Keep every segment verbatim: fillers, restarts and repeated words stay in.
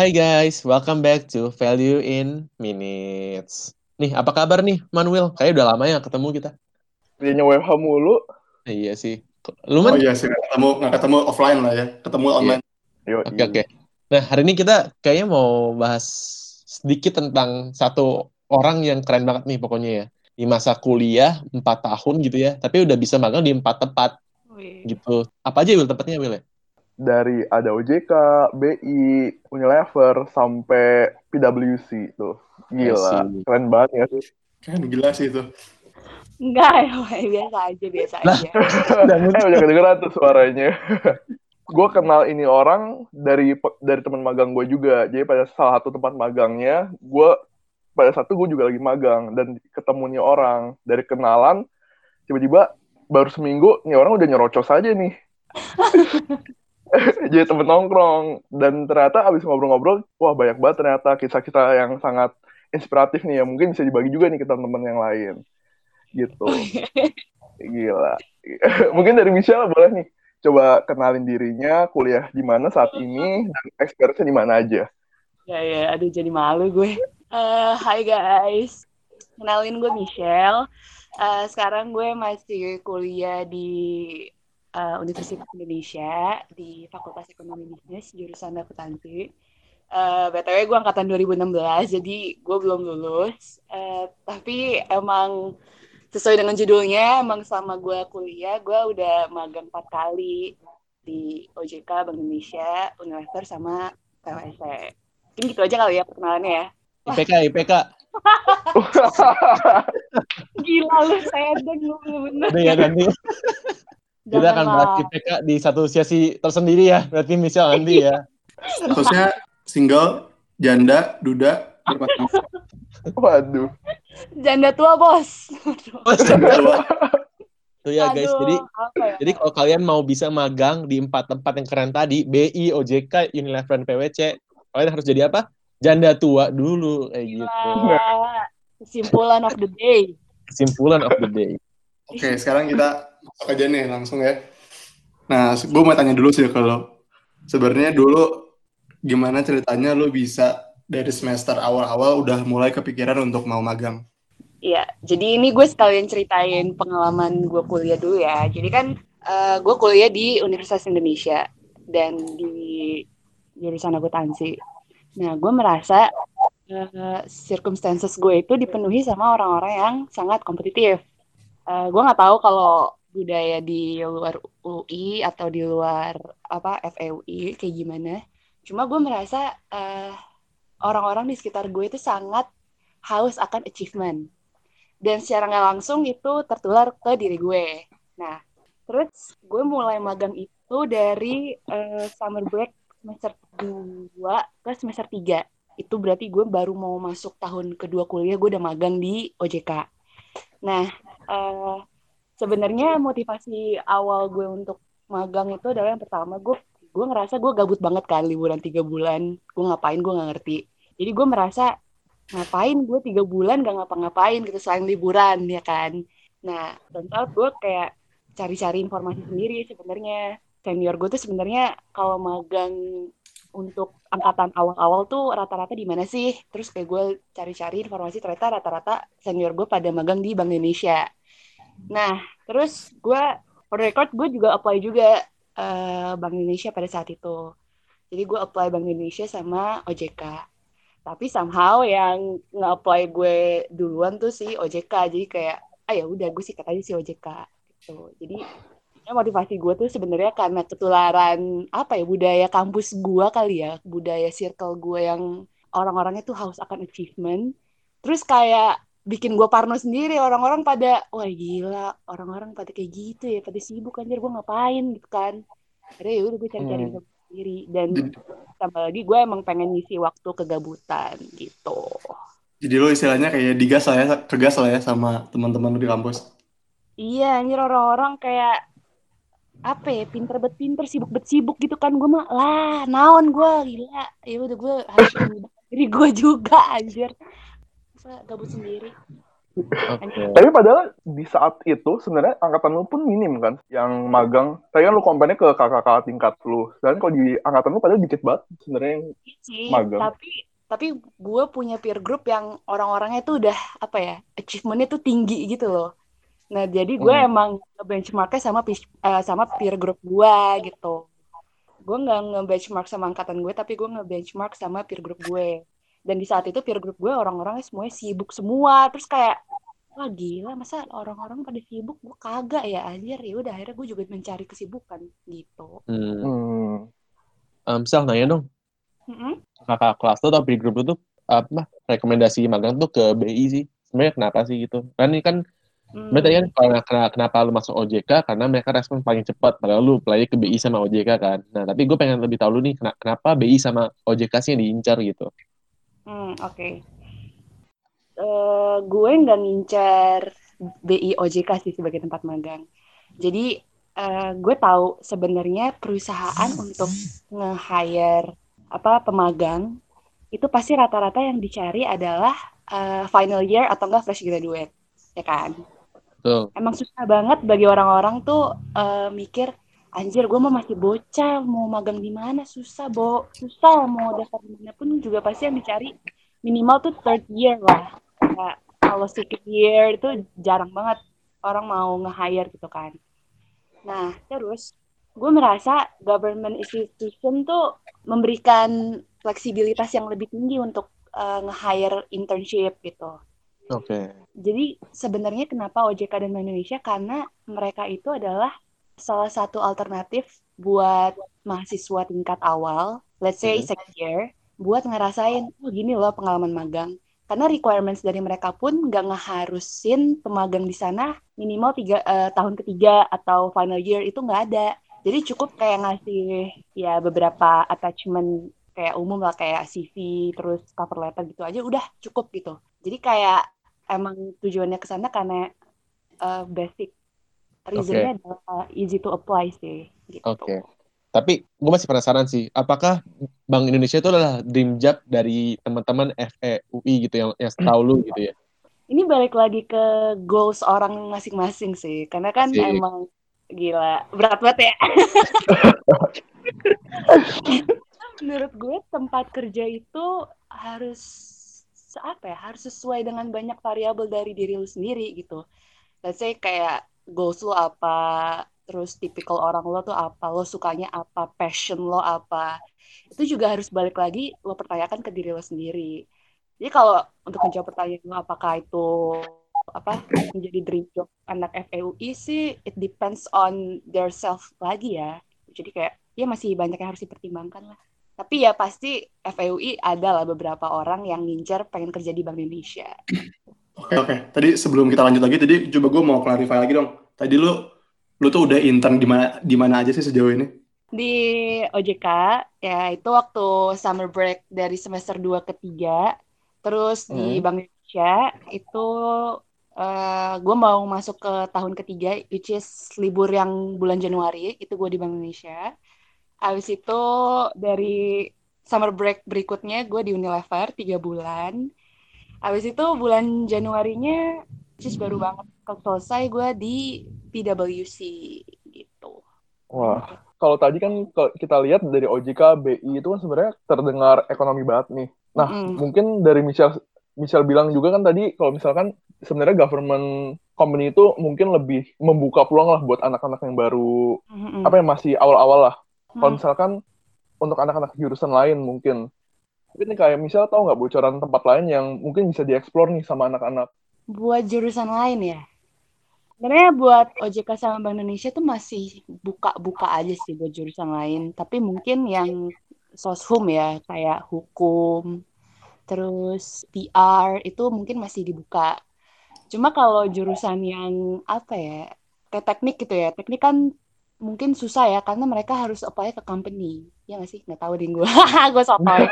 Hai guys, welcome back to Value in Minutes. Nih, apa kabar nih, Manuel? Kayaknya udah lama ya ketemu kita. Dia W F H mulu. Iya sih. Lu Oh man? iya sih, nggak ketemu nggak ketemu offline lah ya, ketemu Iya. online. Oke, Yoi. oke. Nah, hari ini kita kayaknya mau bahas sedikit tentang satu orang yang keren banget nih pokoknya ya. Di masa kuliah empat tahun gitu ya, tapi udah bisa magang di empat tempat Wih. gitu. Apa aja Will tempatnya Will ya? Dari ada O J K, B I, Unilever, sampai P W C tuh. Gila, Asik. keren banget ya sih. Kan gila sih itu. Enggak ya, Wai. biasa aja, biasa Lah. aja. eh udah kedengeran tuh suaranya. Gue kenal ini orang dari dari teman magang gue juga. Jadi pada salah satu tempat magangnya, gue pada satu gue juga lagi magang dan ketemunya orang dari kenalan, tiba-tiba baru seminggu nih orang udah nyerocos aja nih. Jadi temen nongkrong. Dan ternyata abis ngobrol-ngobrol, wah banyak banget ternyata kisah-kisah yang sangat inspiratif nih ya. Mungkin bisa dibagi juga nih ke teman-teman yang lain. Gitu. Gila. Mungkin dari Michelle boleh nih. Coba kenalin dirinya, kuliah di mana saat ini, dan experience-nya di mana aja. Ya, ya, aduh jadi malu gue. Eh, Hai guys, kenalin gue Michelle. Eh, sekarang gue masih kuliah di eh, Universitas Indonesia di Fakultas Ekonomi Bisnis jurusan akuntansi. Eh, B T W gue angkatan dua ribu enam belas, jadi gue belum lulus. Eh, tapi emang sesuai dengan judulnya, emang sama gue kuliah, gue udah magang empat kali di O J K, Bank Indonesia, Unilever, sama P W S. Mungkin gitu aja kali ya perkenalannya ya. I P K, I P K. Gila lu, sedeng lu bener-bener. Udah ya nanti. Kita akan bahas I P K di satu sesi tersendiri ya. Berarti Michelle nanti ya. Statusnya single, janda, duda, berpasangan. Waduh. Janda tua, bos. Tuh ya guys, Aduh, jadi apa ya? jadi kalau kalian mau bisa magang di empat tempat yang keren tadi, B I, O J K, Unilever, dan P W C, kalian harus jadi apa? Janda tua dulu kayak Gila. gitu. Kesimpulan of the day. Kesimpulan of the day. Oke, sekarang kita masuk aja nih langsung ya. Nah, gue mau tanya dulu sih kalau sebenarnya dulu gimana ceritanya lu bisa dari semester awal-awal udah mulai kepikiran untuk mau magang? Iya, jadi ini gue sekalian ceritain pengalaman gue kuliah dulu ya. Jadi kan uh, gue kuliah di Universitas Indonesia dan di jurusan akuntansi. Nah, gue merasa uh, circumstances gue itu dipenuhi sama orang-orang yang sangat kompetitif. Uh, gue nggak tahu kalau budaya di luar U I atau di luar apa F E U I kayak gimana. Cuma gue merasa uh, orang-orang di sekitar gue itu sangat haus akan achievement. Dan secara nggak langsung itu tertular ke diri gue. Nah, terus gue mulai magang itu dari uh, summer break semester dua ke semester tiga. Itu berarti gue baru mau masuk tahun kedua kuliah, gue udah magang di O J K. Nah, uh, sebenarnya motivasi awal gue untuk magang itu adalah yang pertama, gue gue ngerasa gue gabut banget kan liburan tiga bulan. Gue ngapain, gue nggak ngerti. Jadi gue merasa ngapain gue tiga bulan gak ngapa-ngapain gitu selain liburan ya kan. Nah, tentu gue kayak cari-cari informasi sendiri sebenarnya. Senior gue tuh sebenarnya kalau magang untuk angkatan awal-awal tuh rata-rata di mana sih? Terus kayak gue cari-cari informasi, ternyata rata-rata senior gue pada magang di Bank Indonesia. Nah, terus gue for record gue juga apply juga uh, Bank Indonesia pada saat itu. Jadi gue apply Bank Indonesia sama O J K. Tapi somehow yang nge-apply gue duluan tuh si O J K. Jadi kayak, ah ya udah gue sikat aja si O J K gitu. Jadi ya motivasi gue tuh sebenarnya karena ketularan apa ya budaya kampus gue kali ya, budaya circle gue yang orang-orangnya tuh haus akan achievement. Terus kayak bikin gue parno sendiri, orang-orang pada wah gila, orang-orang pada kayak gitu ya, pada sibuk anjir, gue ngapain gitu kan. Akhirnya ya udah gue cari-cari Hmm. sendiri dan tambah lagi gue emang pengen ngisi waktu kegabutan gitu. Jadi lo istilahnya kayak digas lah ya, kegas lah ya sama teman-teman lo di kampus. Iya, anjir orang-orang kayak apa ya, pinter bet pinter, sibuk bet sibuk gitu kan. Gue mah lah, naon gue gila. Ya udah gue harus mengubah diri gue juga anjir. Masa gabut sendiri. Oke. Tapi padahal di saat itu sebenarnya angkatan lu pun minim kan yang magang. Tapi kan lu compare-nya ke kakak-kakak tingkat lu. Dan kalau di angkatan lu padahal dikit banget sebenarnya yang sih, magang. tapi tapi gue punya peer group yang orang-orangnya tuh udah apa ya, achievement-nya tuh tinggi gitu loh. Nah, jadi gue Hmm. emang benchmarknya sama pis- eh, sama peer group gue gitu. Gue nggak nge-benchmark sama angkatan gue, tapi gue nge-benchmark sama peer group gue. Dan di saat itu peer group gue orang-orangnya semuanya sibuk semua. Terus kayak, wah gila, masa orang-orang pada sibuk, gue kagak ya anjir. Ya udah akhirnya gue juga mencari kesibukan gitu. Hmm. Hmm. Um, Sal, nanya dong, Mm-mm. kakak kelas tuh atau di grup lu tuh apa rekomendasi magang tuh ke B I sih? Sebenarnya kenapa sih gitu? Kan ini kan sebenarnya tadi kan Hmm. kalau kenapa, kenapa lu masuk O J K karena mereka respon paling cepat padahal lu apply ke B I sama O J K kan. Nah, tapi gue pengen lebih tahu lu nih kena- kenapa B I sama O J K sih yang diincar gitu. Hmm, oke. Eh, gue nggak ngincar B I O J K sih sebagai tempat magang. Jadi eh, gue tahu sebenarnya perusahaan untuk nge-hire apa pemagang itu pasti rata-rata yang dicari adalah eh, final year atau enggak fresh graduate, ya kan? Tuh. Emang susah banget bagi orang-orang tuh eh, mikir, anjir gue mau masih bocah, mau magang di mana susah, Bo. Susah mau daftar di mana pun juga pasti yang dicari minimal tuh third year lah. Kayak kalau second year itu jarang banget orang mau nge-hire gitu kan. Nah, terus gue merasa government institution tuh memberikan fleksibilitas yang lebih tinggi untuk uh, nge-hire internship gitu. Oke. Jadi sebenarnya kenapa O J K dan Bank Indonesia? Karena mereka itu adalah salah satu alternatif buat mahasiswa tingkat awal, let's say Hmm. second year, buat ngerasain, oh gini loh pengalaman magang. Karena requirements dari mereka pun nggak ngeharusin pemagang di sana minimal tiga eh, tahun ketiga atau final year itu nggak ada. Jadi cukup kayak ngasih ya beberapa attachment kayak umum lah kayak C V terus cover letter gitu aja udah cukup gitu. Jadi kayak emang tujuannya ke sana karena uh, basic Oke. reasonnya adalah easy to apply sih gitu. Oke. Tapi gue masih penasaran sih, apakah Bank Indonesia itu adalah dream job dari teman-teman F E U I gitu yang yang setahu lu gitu ya? Ini balik lagi ke goals orang masing-masing sih, karena kan Asik. emang gila berat banget ya. Menurut gue tempat kerja itu harus apa ya, harus sesuai dengan banyak variabel dari diri lu sendiri gitu. Let's say kayak goals lo apa, terus tipikal orang lo tuh apa, lo sukanya apa, passion lo apa. Itu juga harus balik lagi lo pertanyakan ke diri lo sendiri. Jadi kalau untuk menjawab pertanyaan lo apakah itu apa menjadi dream job anak F E U I sih, it depends on their self lagi ya. Jadi kayak ya masih banyak yang harus dipertimbangkan lah. Tapi ya pasti F E U I ada lah beberapa orang yang ngincer pengen kerja di Bank Indonesia. Oke oke. Tadi sebelum kita lanjut lagi, tadi coba gue mau clarify lagi dong. Tadi lu lu tuh udah intern di mana di mana aja sih sejauh ini? Di O J K ya itu waktu summer break dari semester dua ke tiga. Terus di Hmm. Bank Indonesia itu uh, gue mau masuk ke tahun ketiga, which is libur yang bulan Januari, itu gue di Bank Indonesia. Habis itu dari summer break berikutnya gue di Unilever tiga bulan. Habis itu bulan Januarinya, which is baru banget selesai gue di P W C gitu. Wah, kalau tadi kan kalau kita lihat dari O J K, B I itu kan sebenarnya terdengar ekonomi banget nih. Nah, Mm-mm. mungkin dari Michelle, Michelle bilang juga kan tadi kalau misalkan sebenarnya government company itu mungkin lebih membuka peluang lah buat anak-anak yang baru, Mm-mm. apa yang masih awal-awal lah. Kalau Mm. misalkan untuk anak-anak jurusan lain mungkin. Tapi nih kayak Michelle tahu nggak bocoran tempat lain yang mungkin bisa dieksplor nih sama anak-anak? Buat jurusan lain ya. Sebenarnya buat O J K sama Bank Indonesia tuh masih buka-buka aja sih buat jurusan lain. Tapi mungkin yang soshum ya, kayak hukum, terus P R, itu mungkin masih dibuka. Cuma kalau jurusan yang apa ya, kayak teknik gitu ya, teknik kan mungkin susah ya, karena mereka harus apply ke company. Ya nggak sih? Nggak tahu deh gue. Gue sotoy.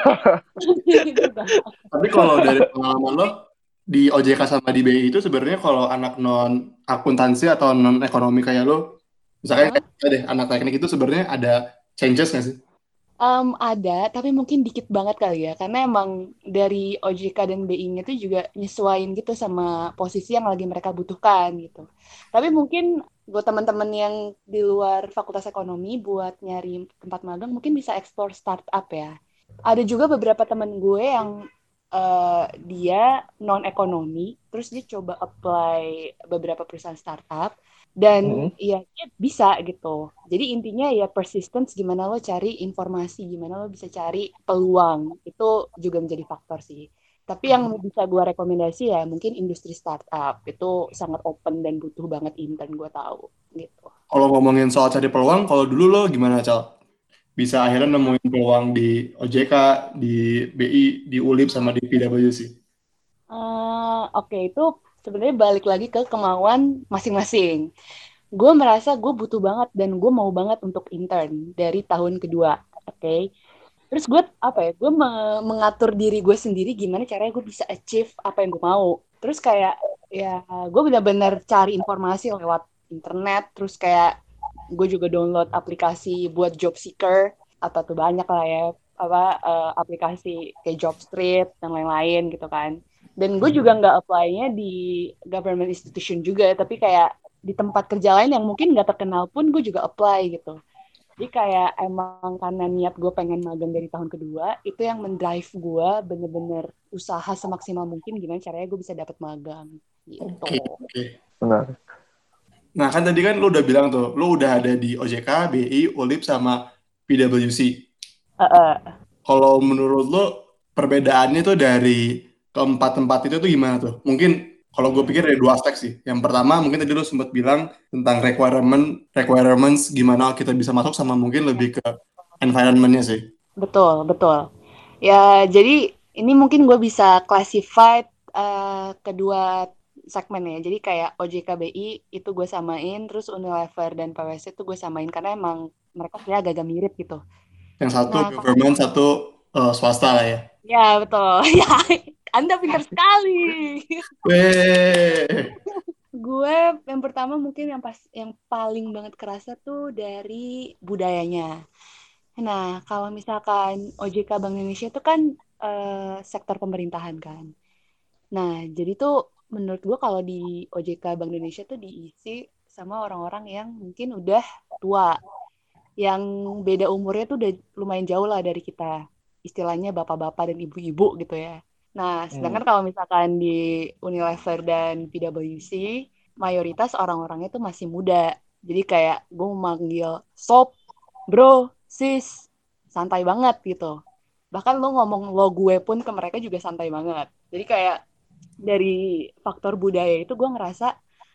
Tapi kalau dari pengalaman lo di O J K sama di B I itu sebenarnya kalau anak non akuntansi atau non ekonomi kayak lo, misalkan Hah? kayak kita deh anak teknik itu sebenarnya ada changes nggak sih? Um, ada, tapi mungkin dikit banget kali ya, karena emang dari O J K dan B I-nya tuh juga nyesuaiin gitu sama posisi yang lagi mereka butuhkan gitu. Tapi mungkin buat teman-teman yang di luar Fakultas Ekonomi buat nyari tempat magang mungkin bisa explore startup ya. Ada juga beberapa teman gue yang uh, dia non ekonomi, terus dia coba apply beberapa perusahaan startup dan Mm-hmm. ya dia bisa gitu. Jadi intinya ya persistence, gimana lo cari informasi, gimana lo bisa cari peluang, itu juga menjadi faktor sih. Tapi yang bisa gue rekomendasi ya mungkin industri startup, itu sangat open dan butuh banget intern, gue tahu gitu. Kalau ngomongin soal cari peluang, kalau dulu lo gimana, Cal? Bisa akhirnya nemuin peluang di O J K, di B I, di U L I P, sama di P W C? Uh, Oke, okay, itu sebenarnya balik lagi ke kemauan masing-masing. Gue merasa gue butuh banget dan gue mau banget untuk intern dari tahun kedua, oke? Okay? Terus gue apa ya? Gue me- mengatur diri gue sendiri gimana caranya gue bisa achieve apa yang gue mau. Terus kayak ya gue benar-benar cari informasi lewat internet. Terus kayak gue juga download aplikasi buat job seeker, apa tuh banyak lah ya, apa uh, aplikasi kayak Jobstreet dan lain-lain gitu kan. Dan gue juga nggak apply-nya di government institution juga, tapi kayak di tempat kerja lain yang mungkin nggak terkenal pun gue juga apply gitu. Jadi kayak emang karena niat gue pengen magang dari tahun kedua, itu yang mendrive gue bener-bener usaha semaksimal mungkin gimana caranya gue bisa dapet magang gitu. Oke, oke. Benar. Nah, kan tadi kan lo udah bilang tuh, lo udah ada di O J K, B I, U L I P, sama P W C. Uh, uh. Kalau menurut lo, perbedaannya tuh dari keempat tempat itu tuh gimana tuh? Mungkin kalau gue pikir ada dua aspek sih. Yang pertama, mungkin tadi lo sempat bilang tentang requirement, requirements gimana kita bisa masuk, sama mungkin lebih ke environment-nya sih. Betul, betul. Ya, jadi ini mungkin gue bisa classified uh, kedua segmen ya. Jadi kayak O J K B I itu gue samain, terus Unilever dan P W S itu gue samain karena emang mereka kayak agak-agak mirip gitu. Yang satu Nah, government, satu uh, swasta lah ya. ya betul. Ya, Anda pintar sekali. Weh. Gue yang pertama mungkin yang pas yang paling banget kerasa tuh dari budayanya. Nah, kalau misalkan O J K Bank Indonesia itu kan eh, sektor pemerintahan kan. Nah, jadi tuh menurut gue kalau di O J K Bank Indonesia tuh diisi sama orang-orang yang mungkin udah tua, yang beda umurnya tuh udah lumayan jauh lah dari kita. Istilahnya bapak-bapak dan ibu-ibu gitu ya. Nah, sedangkan Hmm. kalau misalkan di Unilever dan P W C, mayoritas orang-orangnya tuh masih muda. Jadi kayak gue mau manggil sob, bro, sis, santai banget gitu. Bahkan lo ngomong lo gue pun ke mereka juga santai banget. Jadi kayak dari faktor budaya itu gue ngerasa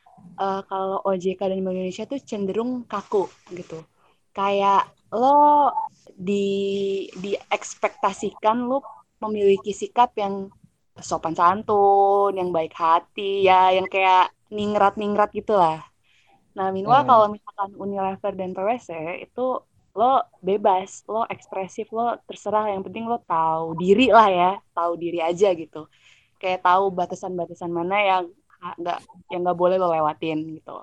uh, kalau O J K dan Bank Indonesia tuh cenderung kaku gitu. Kayak lo di diekspektasikan lo memiliki sikap yang sopan santun, yang baik hati, ya yang kayak ningrat-ningrat gitulah. Nah, minimal Hmm. kalau misalkan Unilever dan P W C itu lo bebas, lo ekspresif, lo terserah, yang penting lo tahu diri lah ya, tahu diri aja gitu. Kayak tahu batasan-batasan mana yang nggak yang nggak boleh lo lewatin gitu.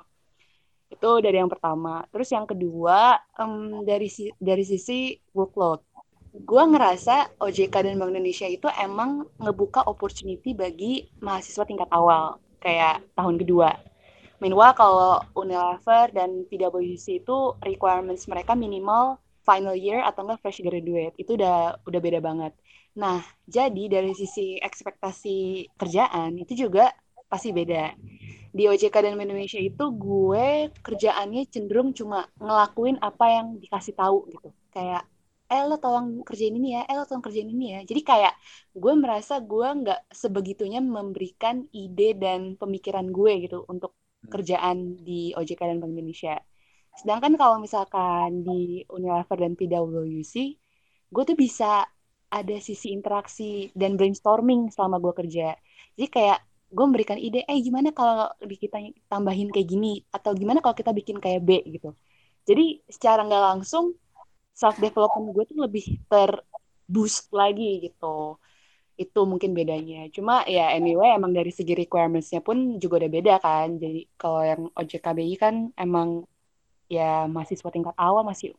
Itu dari yang pertama. Terus yang kedua, um, dari dari sisi workload. Gue ngerasa O J K dan Bank Indonesia itu emang ngebuka opportunity bagi mahasiswa tingkat awal, kayak tahun kedua. Meanwhile, kalau Unilever dan P W C itu requirements mereka minimal final year atau enggak fresh graduate. Itu udah udah beda banget. Nah, jadi dari sisi ekspektasi kerjaan itu juga pasti beda. Di O J K dan Indonesia itu gue kerjaannya cenderung cuma ngelakuin apa yang dikasih tahu gitu. Kayak, eh lo tolong kerjain ini ya, eh lo tolong kerjain ini ya. Jadi kayak gue merasa gue nggak sebegitunya memberikan ide dan pemikiran gue gitu untuk kerjaan di O J K dan Bank Indonesia. Sedangkan kalau misalkan di Unilever dan P W C, gue tuh bisa ada sisi interaksi dan brainstorming selama gue kerja. Jadi kayak gue memberikan ide, eh gimana kalau kita tambahin kayak gini, atau gimana kalau kita bikin kayak B gitu. Jadi secara nggak langsung self development gue tuh lebih terboost lagi gitu. Itu mungkin bedanya. Cuma ya anyway emang dari segi requirements-nya pun juga udah beda kan. Jadi kalau yang O J K B I kan emang ya mahasiswa tingkat awal masih masih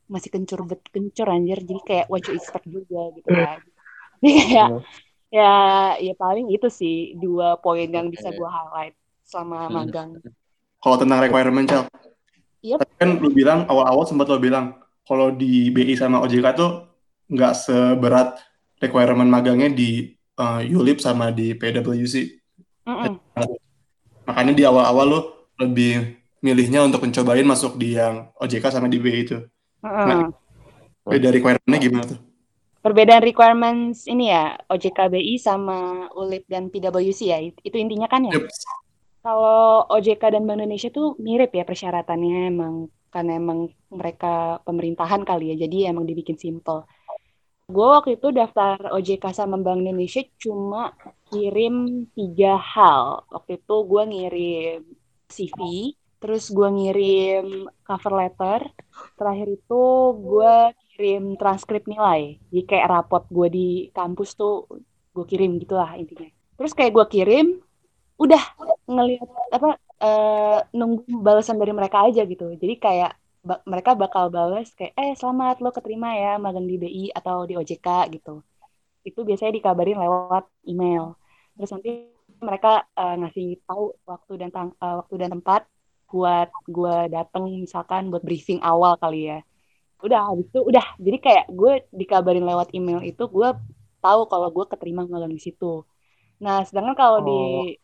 masih kencur bet kencur anjir, jadi kayak what you expect juga gitu kan. Jadi kayak ya ya paling itu sih dua poin yang bisa gue highlight selama magang. Kalau tentang requirement, Cel, Yep. tapi kan lu bilang awal-awal sempat lu bilang kalau di B I sama O J K tuh nggak seberat requirement magangnya di uh, U L I P sama di P W C. Mm-mm. Makanya di awal-awal lu lebih milihnya untuk mencobain masuk di yang O J K sama di B I itu. Nah, beda requirement-nya gimana tuh? Perbedaan requirements ini ya, O J K B I sama U L I P dan P W C ya, itu intinya kan ya? Yep. Kalau O J K dan Bank Indonesia tuh mirip ya persyaratannya emang, karena emang mereka pemerintahan kali ya, jadi emang dibikin simple. Gue waktu itu daftar O J K sama Bank Indonesia cuma kirim tiga hal. Waktu itu gue ngirim C V, terus gue ngirim cover letter, terakhir itu gue kirim transkrip nilai. Jadi kayak rapot gue di kampus tuh gue kirim gitulah intinya. Terus kayak gue kirim, udah ngelihat apa uh, nunggu balasan dari mereka aja gitu. Jadi kayak ba- mereka bakal balas kayak eh selamat lo keterima ya magang di B I atau di O J K gitu. Itu biasanya dikabarin lewat email. Terus nanti mereka uh, ngasih tahu waktu dan tang- uh, waktu dan tempat buat gue datang misalkan buat briefing awal kali ya. Udah habis itu udah jadi kayak gue dikabarin lewat email itu gue tahu kalau gue keterima magang di situ. Nah sedangkan kalau oh. di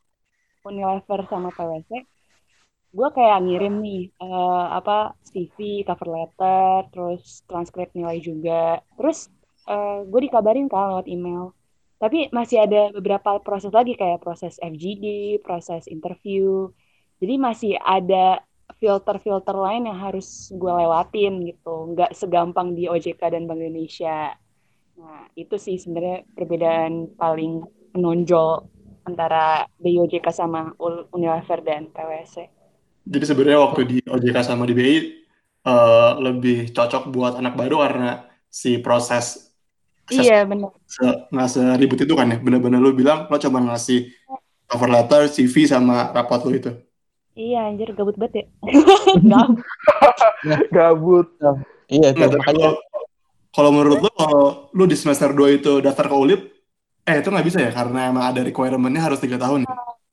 Unilever sama P W C, gue kayak ngirim nih uh, apa C V, cover letter, terus transkrip nilai juga. Terus uh, gue dikabarin kan lewat email. Tapi masih ada beberapa proses lagi kayak proses F G D, proses interview. Jadi masih ada filter-filter lain yang harus gue lewatin gitu. Nggak segampang di O J K dan Bank Indonesia. Nah itu sih sebenarnya perbedaan paling menonjol antara B I O J K sama Unilever dan P W C. Jadi sebenarnya waktu di O J K sama di B I uh, lebih cocok buat anak baru karena si proses iya benar nggak seribut itu kan ya, benar-benar lu bilang lo cuma ngasih cover letter, C V sama rapot lu itu. Iya anjir gabut banget ya. Gabut. Gabut. Iya nah, makanya kalau menurut lu kalau lu di semester dua itu daftar ke U L I P, eh itu nggak bisa ya karena emang ada requirement-nya harus tiga tahun.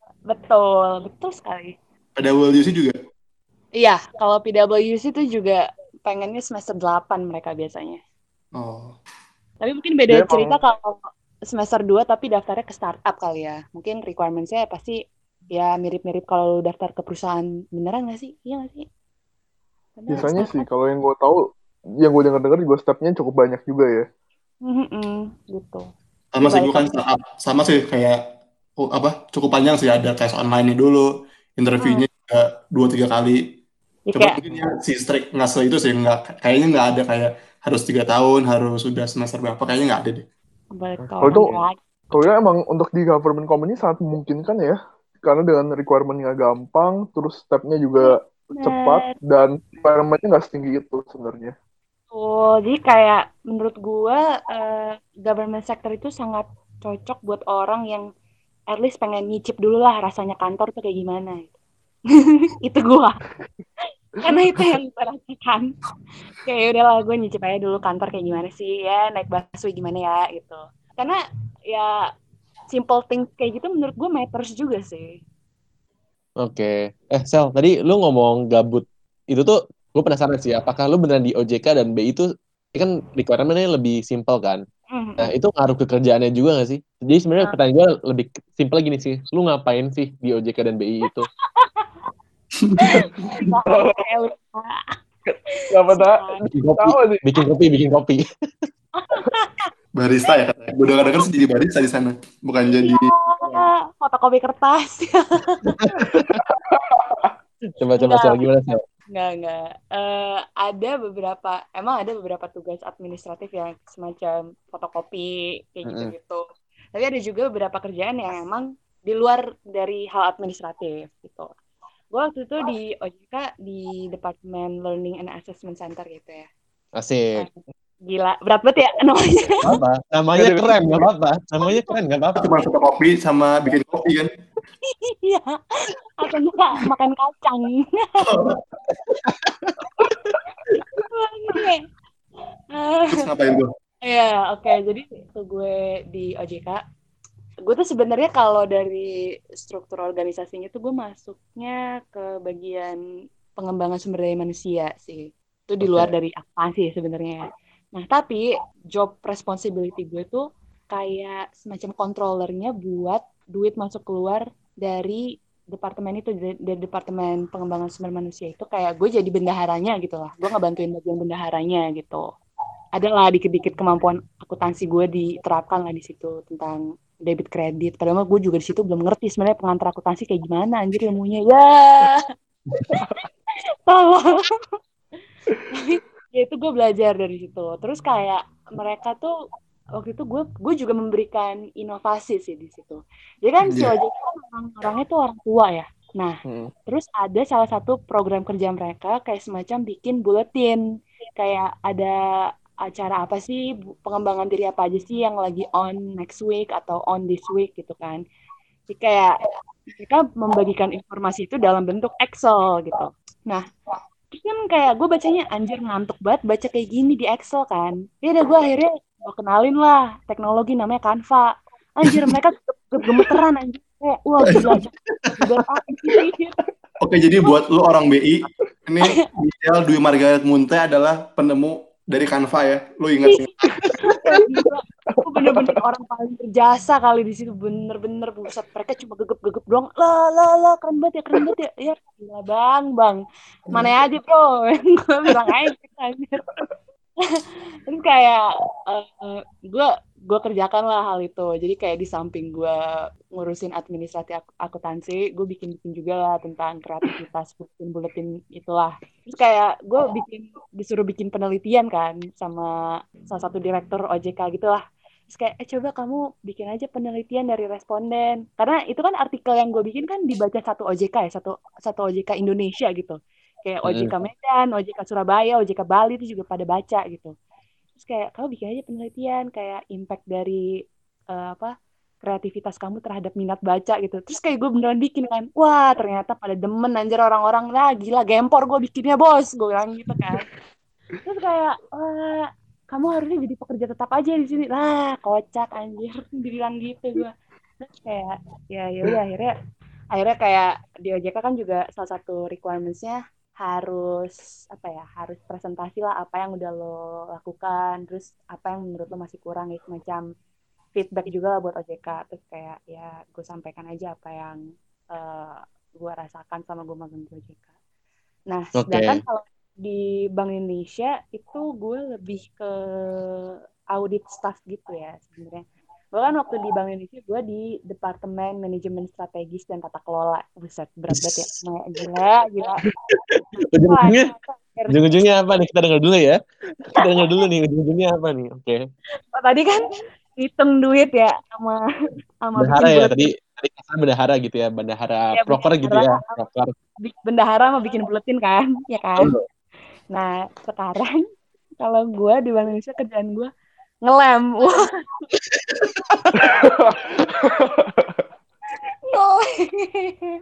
Betul, betul sekali. P W C juga? Iya, kalau P W C itu juga pengennya semester delapan mereka biasanya. Oh. Tapi mungkin beda Dia cerita emang... kalau semester dua tapi daftarnya ke startup kali ya. Mungkin requirement-nya pasti ya mirip-mirip kalau daftar ke perusahaan beneran nggak sih? Iya nggak sih? Bener, biasanya sih, kalau yang gue tahu, yang gue dengar-dengar juga step-nya cukup banyak juga ya. Mm-hmm, gitu. Sama sih, gue kan startup. Sama sih kayak oh, apa cukup panjang sih, ada tes online-nya dulu, interviewnya hmm. juga dua tiga kali. Ya, coba kayak... mungkin ya si strict ngasih itu sih nggak, kayaknya nggak ada kayak harus tiga tahun, harus sudah semester berapa, kayaknya nggak ada deh. Kalau itu, kalau ya emang untuk di government company sangat memungkinkan ya, karena dengan requirement-nya gampang, terus step-nya juga Bener. cepat, dan requirement-nya nggak setinggi itu sebenarnya. Oh, jadi kayak menurut gue uh, government sector itu sangat cocok buat orang yang at least pengen nyicip dulu lah rasanya kantor tuh kayak gimana. Itu gue. Karena itu yang gue rasakan. Kayak udahlah gue nyicip aja dulu kantor kayak gimana sih ya, naik busway gimana ya gitu. Karena ya simple things kayak gitu menurut gue matters juga sih. Oke. Eh Sel, tadi lu ngomong gabut. Itu tuh gue penasaran sih, apakah lu beneran di O J K dan B I itu kan requirement-nya lebih simple kan? Mm-hmm. Nah, itu ngaruh ke kerjaannya juga gak sih? Jadi sebenarnya uh. pertanyaan gue lebih simple gini sih, lu ngapain sih di O J K dan B I itu? Gak pernah. Bikin kopi, bikin kopi, bikin kopi. Barista ya katanya. Gue dengar-dengar sih jadi barista di sana, bukan jadi ya, fotokopi kertas. Coba-coba Sel, gimana Sel? Enggak, enggak. Uh, ada beberapa, emang ada beberapa tugas administratif yang semacam fotokopi, kayak mm-hmm. gitu-gitu. Tapi ada juga beberapa kerjaan yang emang di luar dari hal administratif, gitu. Gue waktu itu di O J K, di Departemen Learning and Assessment Center gitu ya. Asik. Uh, gila, berat banget ya namanya. Apa? Namanya keren, gak apa-apa. Namanya keren, gak apa-apa. Cuma fotokopi sama bikin kopi kan? Iya, atau enggak makan kacang. Terus ngapain tuh? Ya, oke. Okay. Jadi waktu gue di O J K, gue tuh sebenarnya kalau dari struktur organisasinya tuh gue masuknya ke bagian pengembangan sumber daya manusia sih. Itu di luar okay. dari apa sih sebenarnya. Nah, tapi job responsibility gue tuh kayak semacam controllernya buat duit masuk keluar dari departemen itu, dari, dari departemen pengembangan sumber manusia itu kayak gue jadi bendaharanya gitu lah. Gue ngebantuin bagian bendaharanya gitu. Ada lah dikit-dikit kemampuan akuntansi gue diterapkan lah di situ tentang debit kredit. Padahal gue juga di situ belum ngerti sebenarnya pengantar akuntansi kayak gimana anjir ilmunya. Ya. Tolong. Tapi ya itu gue belajar dari situ. Terus kayak mereka tuh waktu itu gue gue juga memberikan inovasi sih di situ. Jadi kan si ojek kan orang-orangnya tuh orang tua ya. Nah, hmm. terus ada salah satu program kerja mereka kayak semacam bikin buletin. Kayak ada acara apa sih, pengembangan diri apa aja sih yang lagi on next week atau on this week gitu kan. Jadi kayak mereka membagikan informasi itu dalam bentuk Excel gitu. Nah, terus kan kayak gue bacanya anjir ngantuk banget baca kayak gini di Excel kan. Ya udah gue akhirnya gue kenalin lah teknologi namanya Canva. Anjir mereka gemeteran anjir. Kayak wah gila. Gila anjir. Oke, jadi buat lu orang B I, ini Michelle Dwi Margaret Munte adalah penemu dari Canva ya, lu ingat sih? Aku bener-bener orang paling berjasa kali di situ, bener-bener buset mereka cuma gegep-gegep doang, lah lah lah keren banget ya keren banget ya, ya gila bang bang, mana aja bro, gue bilang aja, terus kayak uh, gue gue kerjakan lah hal itu, jadi kayak di samping gue ngurusin administrasi akuntansi, gue bikin-bikin juga lah tentang kreativitas buletin-buletin itulah. Terus kayak gue bikin disuruh bikin penelitian kan sama salah satu direktur O J K gitu lah. Terus kayak eh coba kamu bikin aja penelitian dari responden, karena itu kan artikel yang gue bikin kan dibaca satu O J K ya, satu satu O J K Indonesia gitu. Kayak O J K Medan, O J K Surabaya, O J K Bali itu juga pada baca gitu. Terus kayak kamu bikin aja penelitian kayak impact dari uh, apa kreativitas kamu terhadap minat baca gitu. Terus kayak gue beneran bikin kan, wah ternyata pada demen anjir orang-orang, lah gila gempor gue bikinnya bos, gue bilang gitu kan. Terus kayak wah kamu harusnya jadi pekerja tetap aja di sini, lah kocak anjir, dibilang gitu gue. Terus kayak ya ya udah akhirnya akhirnya kayak di O J K kan juga salah satu requirements-nya harus apa ya harus presentasi lah apa yang udah lo lakukan, terus apa yang menurut lo masih kurang ya, semacam feedback juga lah buat O J K. Terus kayak ya gue sampaikan aja apa yang uh, gue rasakan sama gue magang di O J K. Nah okay. Sedangkan kalau di Bank Indonesia itu gue lebih ke audit staff gitu ya sebenarnya. Bahkan waktu di Bank Indonesia gue di Departemen Manajemen Strategis dan Tata Kelola. Buset, berat banget ya. Nah, gila, gila. Ujung-ujungnya, ujung-ujungnya apa nih? Kita dengar dulu ya. Kita dengar dulu nih, ujung-ujungnya apa nih? Oke. Okay. Oh, tadi kan hitung duit ya sama sama bendahara ya, tadi tadi kasar bendahara gitu ya, bendahara ya, proker gitu ya, proker. Bendahara mau bikin buletin kan, ya kan? Oh. Nah, sekarang kalau gue di Bank Indonesia kerjaan gue ngelem. Wah. Ngelem.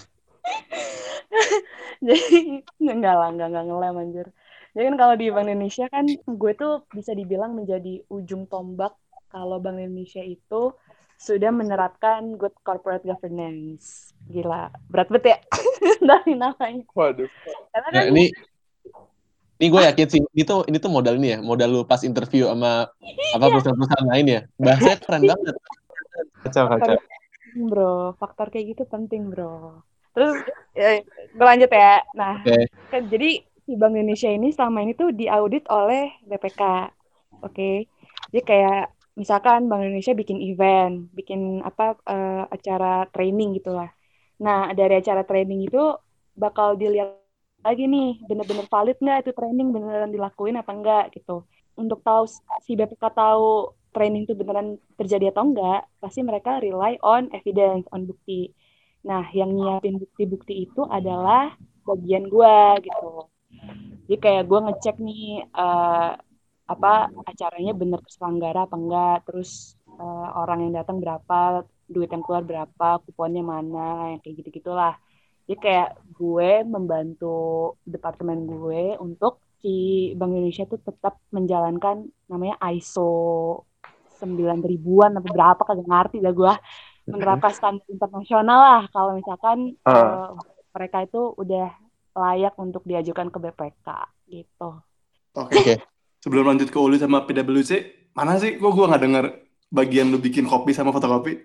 Jadi enggak lah, enggak, enggak ngelem anjir. Jadi kan kalau di Bank Indonesia kan gue tuh bisa dibilang menjadi ujung tombak kalau Bank Indonesia itu sudah menerapkan good corporate governance. Gila, berat banget ya dari namanya. Waduh. Karena kan nah, ini Ini gue yakin sih, ini tuh, ini tuh modal ini ya, modal lu pas interview sama apa perusahaan-perusahaan lain ya. Bahasanya keren banget. Kacau-kacau. Bro, faktor kayak gitu penting bro. Terus, ya, gue lanjut ya. Nah, okay. kan, jadi si Bank Indonesia ini selama ini tuh diaudit oleh B P K. Oke, okay? Jadi kayak misalkan Bank Indonesia bikin event, bikin apa uh, acara training gitulah. Nah, dari acara training itu bakal dilihat lagi nih, bener-bener valid nggak itu training, beneran dilakuin apa enggak gitu. Untuk tahu si B P K tahu training itu beneran terjadi atau enggak, pasti mereka rely on evidence, on bukti. Nah, yang nyiapin bukti-bukti itu adalah bagian gue gitu. Jadi kayak gue ngecek nih uh, apa acaranya bener terselenggara apa enggak, terus uh, orang yang datang berapa, duit yang keluar berapa, kuponnya mana, yang kayak gitu-gitulah. Jadi kayak gue membantu departemen gue untuk si Bank Indonesia tuh tetap menjalankan namanya I S O sembilan ribuan atau berapa kagak ngerti dah gue, menerapkan standar internasional lah kalau misalkan uh. uh, mereka itu udah layak untuk diajukan ke B P K gitu. Oke. Okay. Sebelum lanjut ke U L I sama P W C, mana sih kok gue nggak dengar bagian lu bikin kopi sama fotokopi?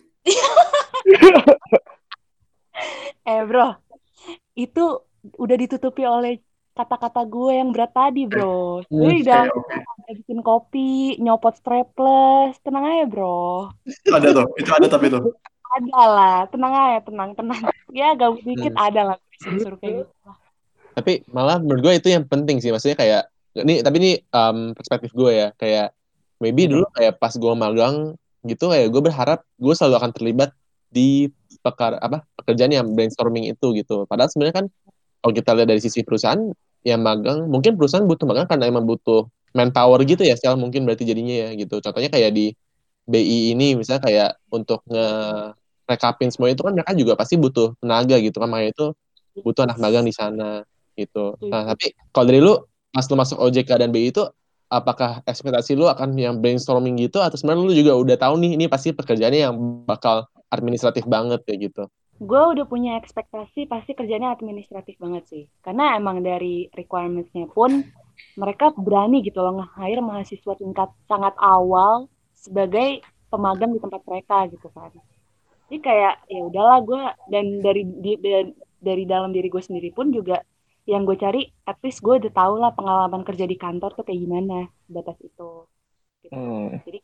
eh bro, itu udah ditutupi oleh kata-kata gue yang berat tadi bro. Jadi okay, dalam okay. ada bikin kopi, nyopot strapless, tenang aja bro. Ada tuh, itu ada tapi tuh. Ada lah, tenang aja, tenang, tenang. Ya gak dikit hmm. ada lah, disuruh kayak gitu. Tapi malah menurut gue itu yang penting sih, maksudnya kayak, ini tapi ini um, perspektif gue ya, kayak maybe dulu kayak pas gue magang gitu, kayak gue berharap gue selalu akan terlibat di pekar apa pekerjaan yang brainstorming itu gitu. Padahal sebenarnya kan kalau kita lihat dari sisi perusahaan yang magang, mungkin perusahaan butuh magang karena emang butuh manpower gitu ya, secara mungkin berarti jadinya ya gitu. Contohnya kayak di B I ini misalnya kayak untuk nge-recapin semua itu kan mereka juga pasti butuh tenaga gitu kan, makanya itu butuh anak magang di sana gitu. Nah, tapi kalau dari lu pas lu masuk O J K dan B I itu, apakah ekspektasi lu akan yang brainstorming gitu atau sebenarnya lu juga udah tahu nih ini pasti pekerjaannya yang bakal administratif banget kayak gitu? Gue udah punya ekspektasi pasti kerjanya administratif banget sih. Karena emang dari requirements-nya pun mereka berani gitu loh nge-hire mahasiswa tingkat sangat awal sebagai pemagang di tempat mereka gitu kan. Jadi kayak ya udahlah gue, dan dari di, dari, dari dalam diri gue sendiri pun juga yang gue cari, at least gue udah tau lah pengalaman kerja di kantor tuh kayak gimana batas itu. Gitu. Hmm. Jadi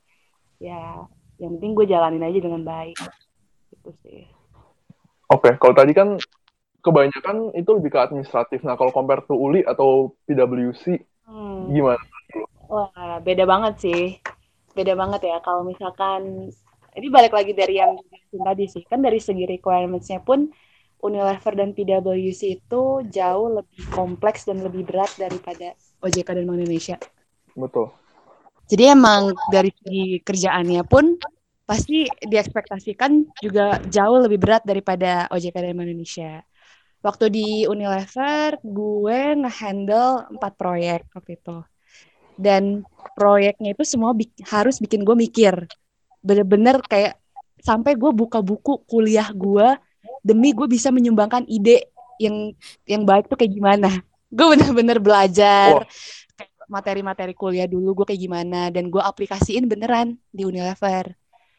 ya yang penting gue jalanin aja dengan baik. Gitu sih. Oke, okay, kalau tadi kan kebanyakan itu lebih ke administratif. Nah, kalau compare to U L I atau P W C, hmm. gimana? Wah, beda banget sih. Beda banget ya. Kalau misalkan, ini balik lagi dari yang tadi sih. Kan dari segi requirements-nya pun, Unilever dan P W C itu jauh lebih kompleks dan lebih berat daripada O J K dan Bank Indonesia. Betul. Jadi emang dari segi kerjaannya pun, pasti diekspektasikan juga jauh lebih berat daripada O J K dan Bank Indonesia. Waktu di Unilever, gue nge-handle empat proyek waktu itu. Dan proyeknya itu semua bi- harus bikin gue mikir. Bener-bener kayak sampai gue buka buku kuliah gue demi gue bisa menyumbangkan ide yang yang baik tuh kayak gimana. Gue bener-bener belajar. Oh. Kayak materi-materi kuliah dulu gue kayak gimana. Dan gue aplikasiin beneran di Unilever.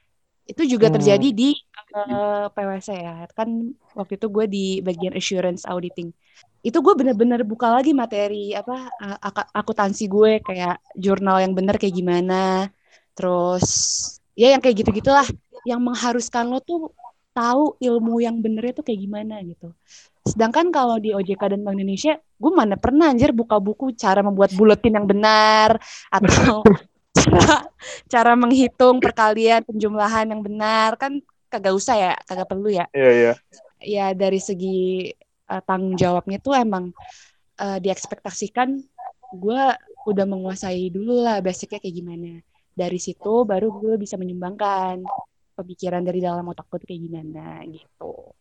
Itu juga terjadi hmm. di uh, P W C ya. Kan waktu itu gue di bagian assurance auditing. Itu gue bener-bener buka lagi materi apa ak- akuntansi gue, kayak jurnal yang bener kayak gimana. Terus ya yang kayak gitu-gitulah yang mengharuskan lo tuh tahu ilmu yang benernya tuh kayak gimana gitu. Sedangkan kalau di O J K dan Bank Indonesia, gue mana pernah anjir buka buku cara membuat buletin yang benar atau cara cara menghitung perkalian penjumlahan yang benar, kan kagak usah ya, kagak perlu ya. Iya, iya. Ya dari segi uh, tanggung jawabnya tuh emang uh, diekspektasikan gue udah menguasai dulu lah basicnya kayak gimana. Dari situ baru gue bisa menyumbangkan pemikiran dari dalam otak gue tuh kayak gimana gitu.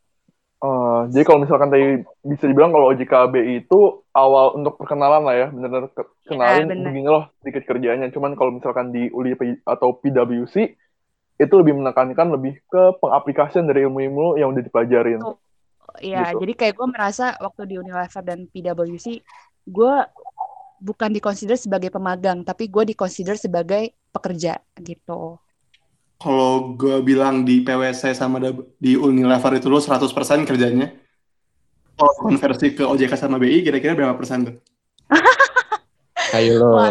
Uh, jadi kalau misalkan tadi bisa dibilang kalau O J K B I itu awal untuk perkenalan lah ya, benar-benar ke- kenalin ya, begini loh sedikit kerjaannya. Cuman kalau misalkan di U L I atau P W C itu lebih menekankan lebih ke pengaplikasian dari ilmu-ilmu yang udah dipelajarin. Oh, iya, gitu. Jadi kayak gue merasa waktu di Unilever dan P W C, gue bukan dikonsider sebagai pemagang, tapi gue dikonsider sebagai pekerja gitu. Kalau gue bilang di P W C sama di Unilever itu lo seratus persen kerjanya. Kalau konversi ke O J K sama B I kira-kira berapa persen tuh? Ayo lo.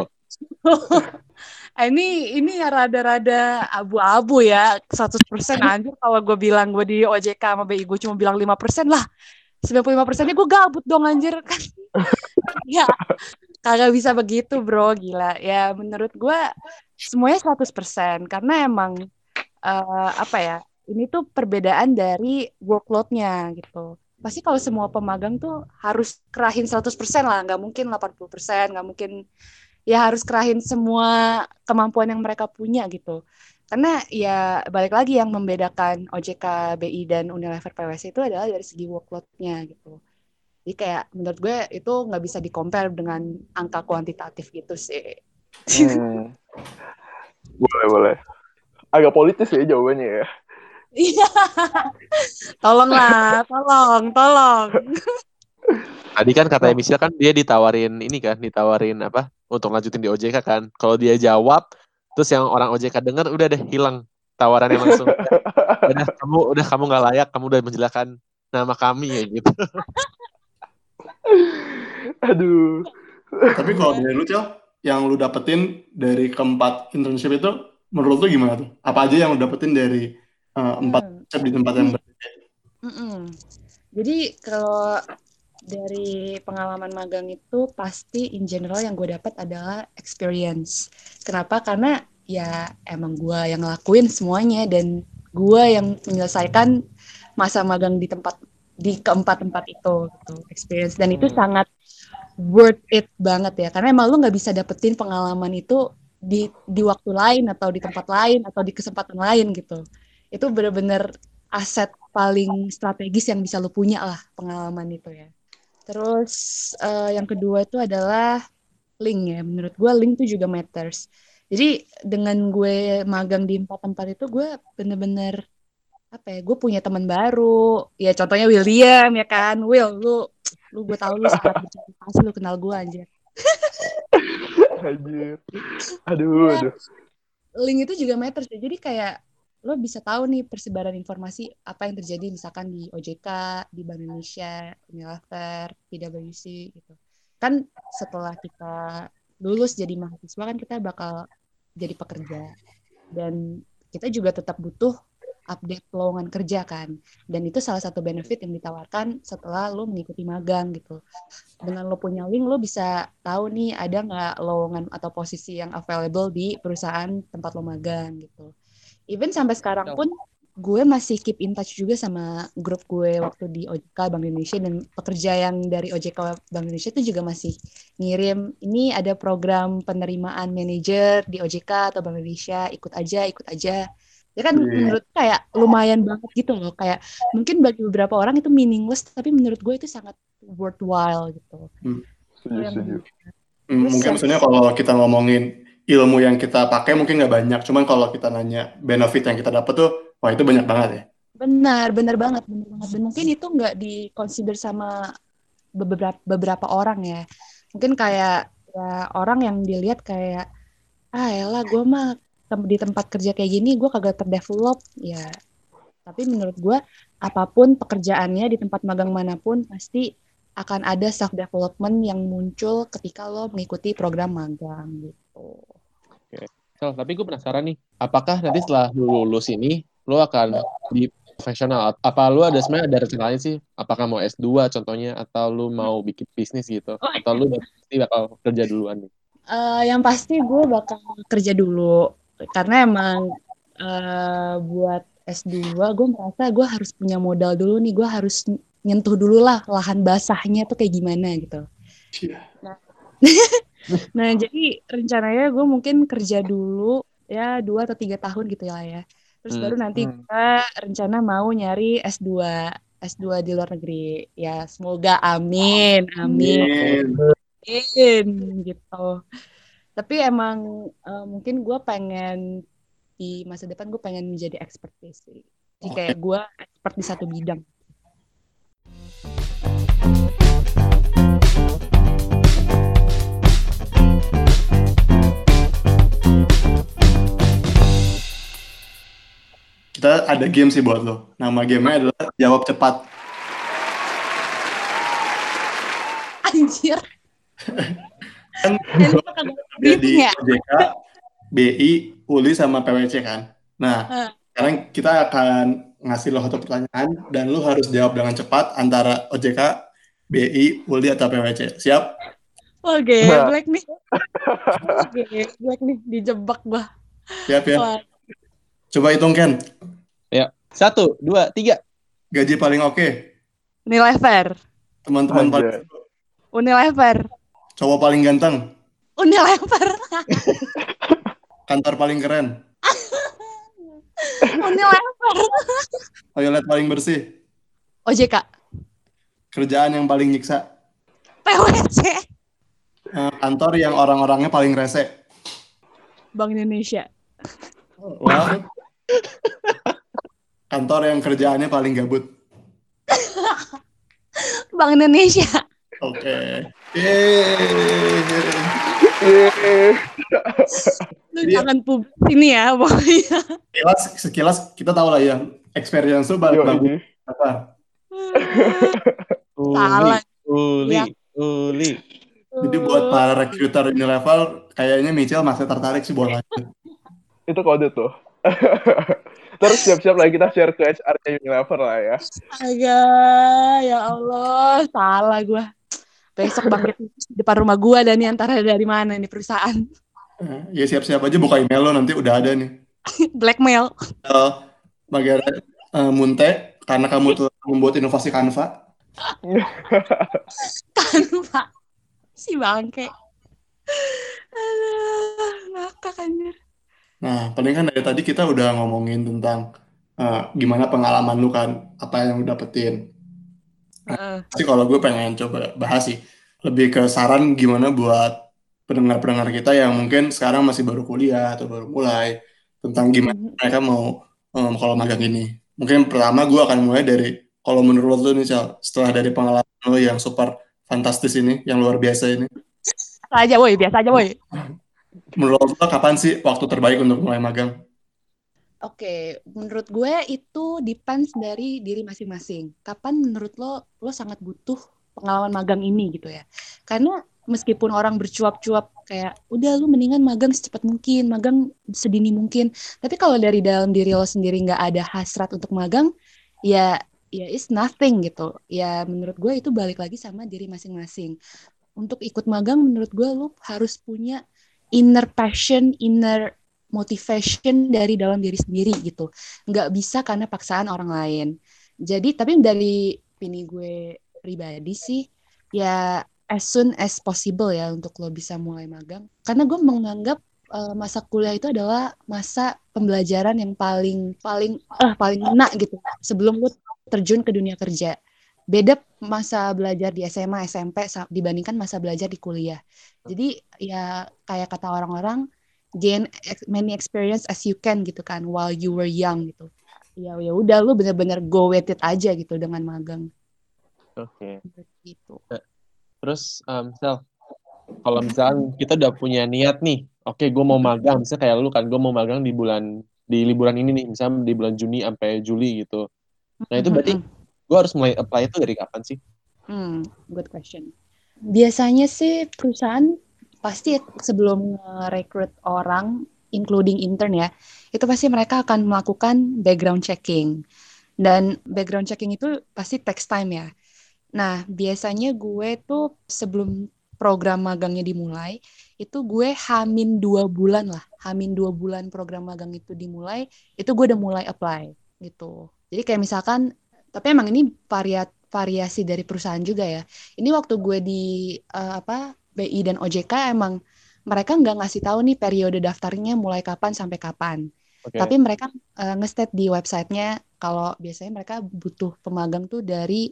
ini ini rada-rada abu-abu ya. seratus persen anjir kalau gue bilang gue di O J K sama B I gue cuma bilang lima persen lah. sembilan puluh lima persennya gue gabut dong anjir kan. Ya, kagak bisa begitu bro, gila. Ya menurut gue semuanya seratus persen karena emang Uh, apa ya, ini tuh perbedaan dari workload-nya gitu. Pasti kalau semua pemagang tuh harus kerahin seratus persen lah, nggak mungkin delapan puluh persen, nggak mungkin, ya harus kerahin semua kemampuan yang mereka punya gitu. Karena ya balik lagi yang membedakan O J K, B I, dan Unilever P W C itu adalah dari segi workload-nya gitu. Jadi kayak menurut gue itu nggak bisa di-compare dengan angka kuantitatif gitu sih. Hmm. Boleh, boleh. Agak politis ya jawabannya ya. Iya. Tolonglah, tolong, tolong. Tadi kan katanya Michelle kan dia ditawarin ini kan, ditawarin apa untuk lanjutin di O J K kan. Kalau dia jawab, terus yang orang O J K denger udah deh hilang tawarannya langsung. Udah kamu udah kamu nggak layak, kamu udah menjelekkan nama kami ya gitu. Aduh. Tapi kalau dari lu Cel, yang lu dapetin dari keempat internship itu menurut lu gimana tuh? Apa aja yang lu dapetin dari uh, empat Hmm. internship di tempat yang berbeda? Mm-mm. Jadi kalau dari pengalaman magang itu pasti in general yang gue dapat adalah experience. Kenapa? Karena ya emang gue yang ngelakuin semuanya dan gue yang menyelesaikan masa magang di tempat di keempat tempat itu gitu, experience dan itu Hmm. sangat worth it banget ya karena emang lu nggak bisa dapetin pengalaman itu di di waktu lain atau di tempat lain atau di kesempatan lain gitu. Itu benar-benar aset paling strategis yang bisa lu punya lah pengalaman itu ya. Terus uh, yang kedua itu adalah link ya. Menurut gue link itu juga matters. Jadi dengan gue magang di empat tempat itu gue bener-bener apa ya? Gue punya teman baru. Ya contohnya William ya kan. Will, lu lu gue tahu lu sangat berterima kasih lu kenal gue anjir. Anjir. Aduh, aduh. Link itu juga matters ya. Jadi kayak lo bisa tahu nih persebaran informasi apa yang terjadi misalkan di O J K, di Bank Indonesia, Unilever, P W C gitu. Kan setelah kita lulus jadi mahasiswa kan kita bakal jadi pekerja dan kita juga tetap butuh update lowongan kerja kan. Dan itu salah satu benefit yang ditawarkan setelah lo mengikuti magang gitu. Dengan lo punya link, lo bisa tahu nih ada nggak lowongan atau posisi yang available di perusahaan tempat lo magang gitu. Even sampai sekarang pun gue masih keep in touch juga sama grup gue waktu di O J K Bank Indonesia dan pekerja yang dari O J K Bank Indonesia itu juga masih ngirim ini ada program penerimaan manajer di O J K atau Bank Indonesia, ikut aja, ikut aja. Ya kan Iya. menurut kayak lumayan banget gitu loh. Kayak mungkin bagi beberapa orang itu meaningless tapi menurut gue itu sangat worthwhile gitu. Hmm. Setuju, Yang setuju. Hmm, Terus mungkin yang- maksudnya kalau kita ngomongin ilmu yang kita pakai mungkin nggak banyak, cuman kalau kita nanya benefit yang kita dapat tuh, wah itu banyak banget ya. benar, benar banget, benar banget. Dan mungkin itu nggak di-consider sama beberapa beberapa orang ya. Mungkin kayak ya orang yang dilihat kayak ah elah gue mah tem- di tempat kerja kayak gini gue kagak terdevelop ya. Tapi menurut gue apapun pekerjaannya di tempat magang manapun pasti akan ada self development yang muncul ketika lo mengikuti program magang gitu. So, tapi gue penasaran nih, apakah nanti setelah lu lulus ini, lu akan di profesional? Apa lu ada sebenarnya ada rencana lain sih? Apakah mau S dua contohnya, atau lu mau bikin bisnis gitu? Atau lu pasti bakal kerja duluan nih? Uh, yang pasti gue bakal kerja dulu karena emang uh, buat S dua gue merasa gue harus punya modal dulu nih, gue harus nyentuh dulu lah lahan basahnya tuh kayak gimana gitu. Nah, nah jadi rencananya gue mungkin kerja dulu ya dua atau tiga tahun gitu ya ya. Terus Hmm. baru nanti Hmm. kita rencana mau nyari S dua S dua di luar negeri. Ya semoga amin, amin, amin gitu. Tapi emang uh, mungkin gue pengen di masa depan gue pengen menjadi expertise sih. Jadi kayak gue expert di satu bidang. Kita ada game sih buat lo. Nama gamenya adalah Jawab Cepat. Anjir. Kan Ini lo bakal ada di briefing ya? O J K, B I, U L I, sama P W C kan. Nah, Hah. sekarang kita akan ngasih lo satu pertanyaan dan lo harus jawab dengan cepat antara O J K, B I, U L I, atau P W C. Siap? Oke, Nah. Black nih. Oke, Black nih dijebak gua. Siap ya? Wah. Coba hitung Ken. Ya, satu, dua, tiga. Gaji paling oke. Unilever. Teman-teman paling Anjay. Unilever. cowok paling ganteng. Unilever. Kantor paling keren. Unilever. Toilet paling bersih. O J K. kerjaan yang paling nyiksa. P W C. Uh, kantor yang orang-orangnya paling rese. Bank Indonesia. Wah. Kantor yang kerjaannya paling gabut. Bank Indonesia. Oke. Yeay. Lu jangan publik ini ya pokoknya. Sekilas, sekilas kita tahu lah ya experience lu balik bagus apa. Salah. Uli, Ya. Uli. Jadi buat para recruiter Unilevel, kayaknya Michelle masih tertarik sih buat lanjut. Itu kode tuh. Terus siap-siap lagi kita share ke H R-nya Unilever lah ya. Agak, ya Allah, salah gue. Besok bangkit di depan rumah gue dan ini antara dari mana nih perusahaan. Ya siap-siap aja buka email lo, nanti udah ada nih. Blackmail. Uh, Bagara uh, Munte, karena kamu telah membuat inovasi Canva. Canva. Si bangke. Aduh, ngakak anjir. Nah, paling kan dari tadi kita udah ngomongin tentang uh, gimana pengalaman lu kan, apa yang lu dapetin. Nah, pasti kalau gue pengen coba bahas sih, lebih ke saran gimana buat pendengar-pendengar kita yang mungkin sekarang masih baru kuliah atau baru mulai, tentang gimana mereka mau um, kalau magang ini. Mungkin pertama gue akan mulai dari, kalau menurut lu nih Cal, setelah dari pengalaman lu yang super fantastis ini, yang luar biasa ini. Biasa aja woy, biasa aja woy. Menurut lo kapan sih waktu terbaik untuk mulai magang? Oke, menurut gue itu depends dari diri masing-masing. Kapan menurut lo, lo sangat butuh pengalaman magang ini gitu ya. Karena meskipun orang bercuap-cuap kayak, udah lu mendingan magang secepat mungkin, magang sedini mungkin. Tapi kalau dari dalam diri lo sendiri nggak ada hasrat untuk magang, ya, ya it's nothing gitu. Ya menurut gue itu balik lagi sama diri masing-masing. Untuk ikut magang menurut gue lo harus punya inner passion, inner motivation dari dalam diri sendiri gitu. Nggak bisa karena paksaan orang lain. Jadi, tapi dari opini gue pribadi sih, ya as soon as possible ya untuk lo bisa mulai magang. Karena gue menganggap uh, masa kuliah itu adalah masa pembelajaran yang paling paling eh paling enak gitu sebelum lo terjun ke dunia kerja. Beda masa belajar di S M A, S M P dibandingkan masa belajar di kuliah. Jadi ya kayak kata orang-orang, gain many experience as you can gitu kan, while you were young gitu. Ya ya udah lu benar-benar go with it aja gitu dengan magang. Oke. Okay. Gitu. Terus, um, Sel, kalau misalnya kita udah punya niat nih, oke okay, gue mau magang, misalnya kayak lu kan, gue mau magang di bulan di liburan ini nih, misalnya di bulan Juni sampai Juli gitu. Nah itu berarti gue harus mulai apply itu dari kapan sih? Hmm, good question. Biasanya sih perusahaan pasti sebelum nge-recruit orang, including intern ya, itu pasti mereka akan melakukan background checking. Dan background checking itu pasti takes time ya. Nah, biasanya gue tuh sebelum program magangnya dimulai, itu gue hamin dua bulan lah. Hamin dua bulan program magang itu dimulai, itu gue udah mulai apply gitu. Jadi kayak misalkan, tapi emang ini variat variasi dari perusahaan juga ya. Ini waktu gue di uh, apa B I dan O J K emang mereka nggak ngasih tahu nih periode daftarnya mulai kapan sampai kapan. Okay. Tapi mereka uh, nge-state di websitenya kalau biasanya mereka butuh pemagang tuh dari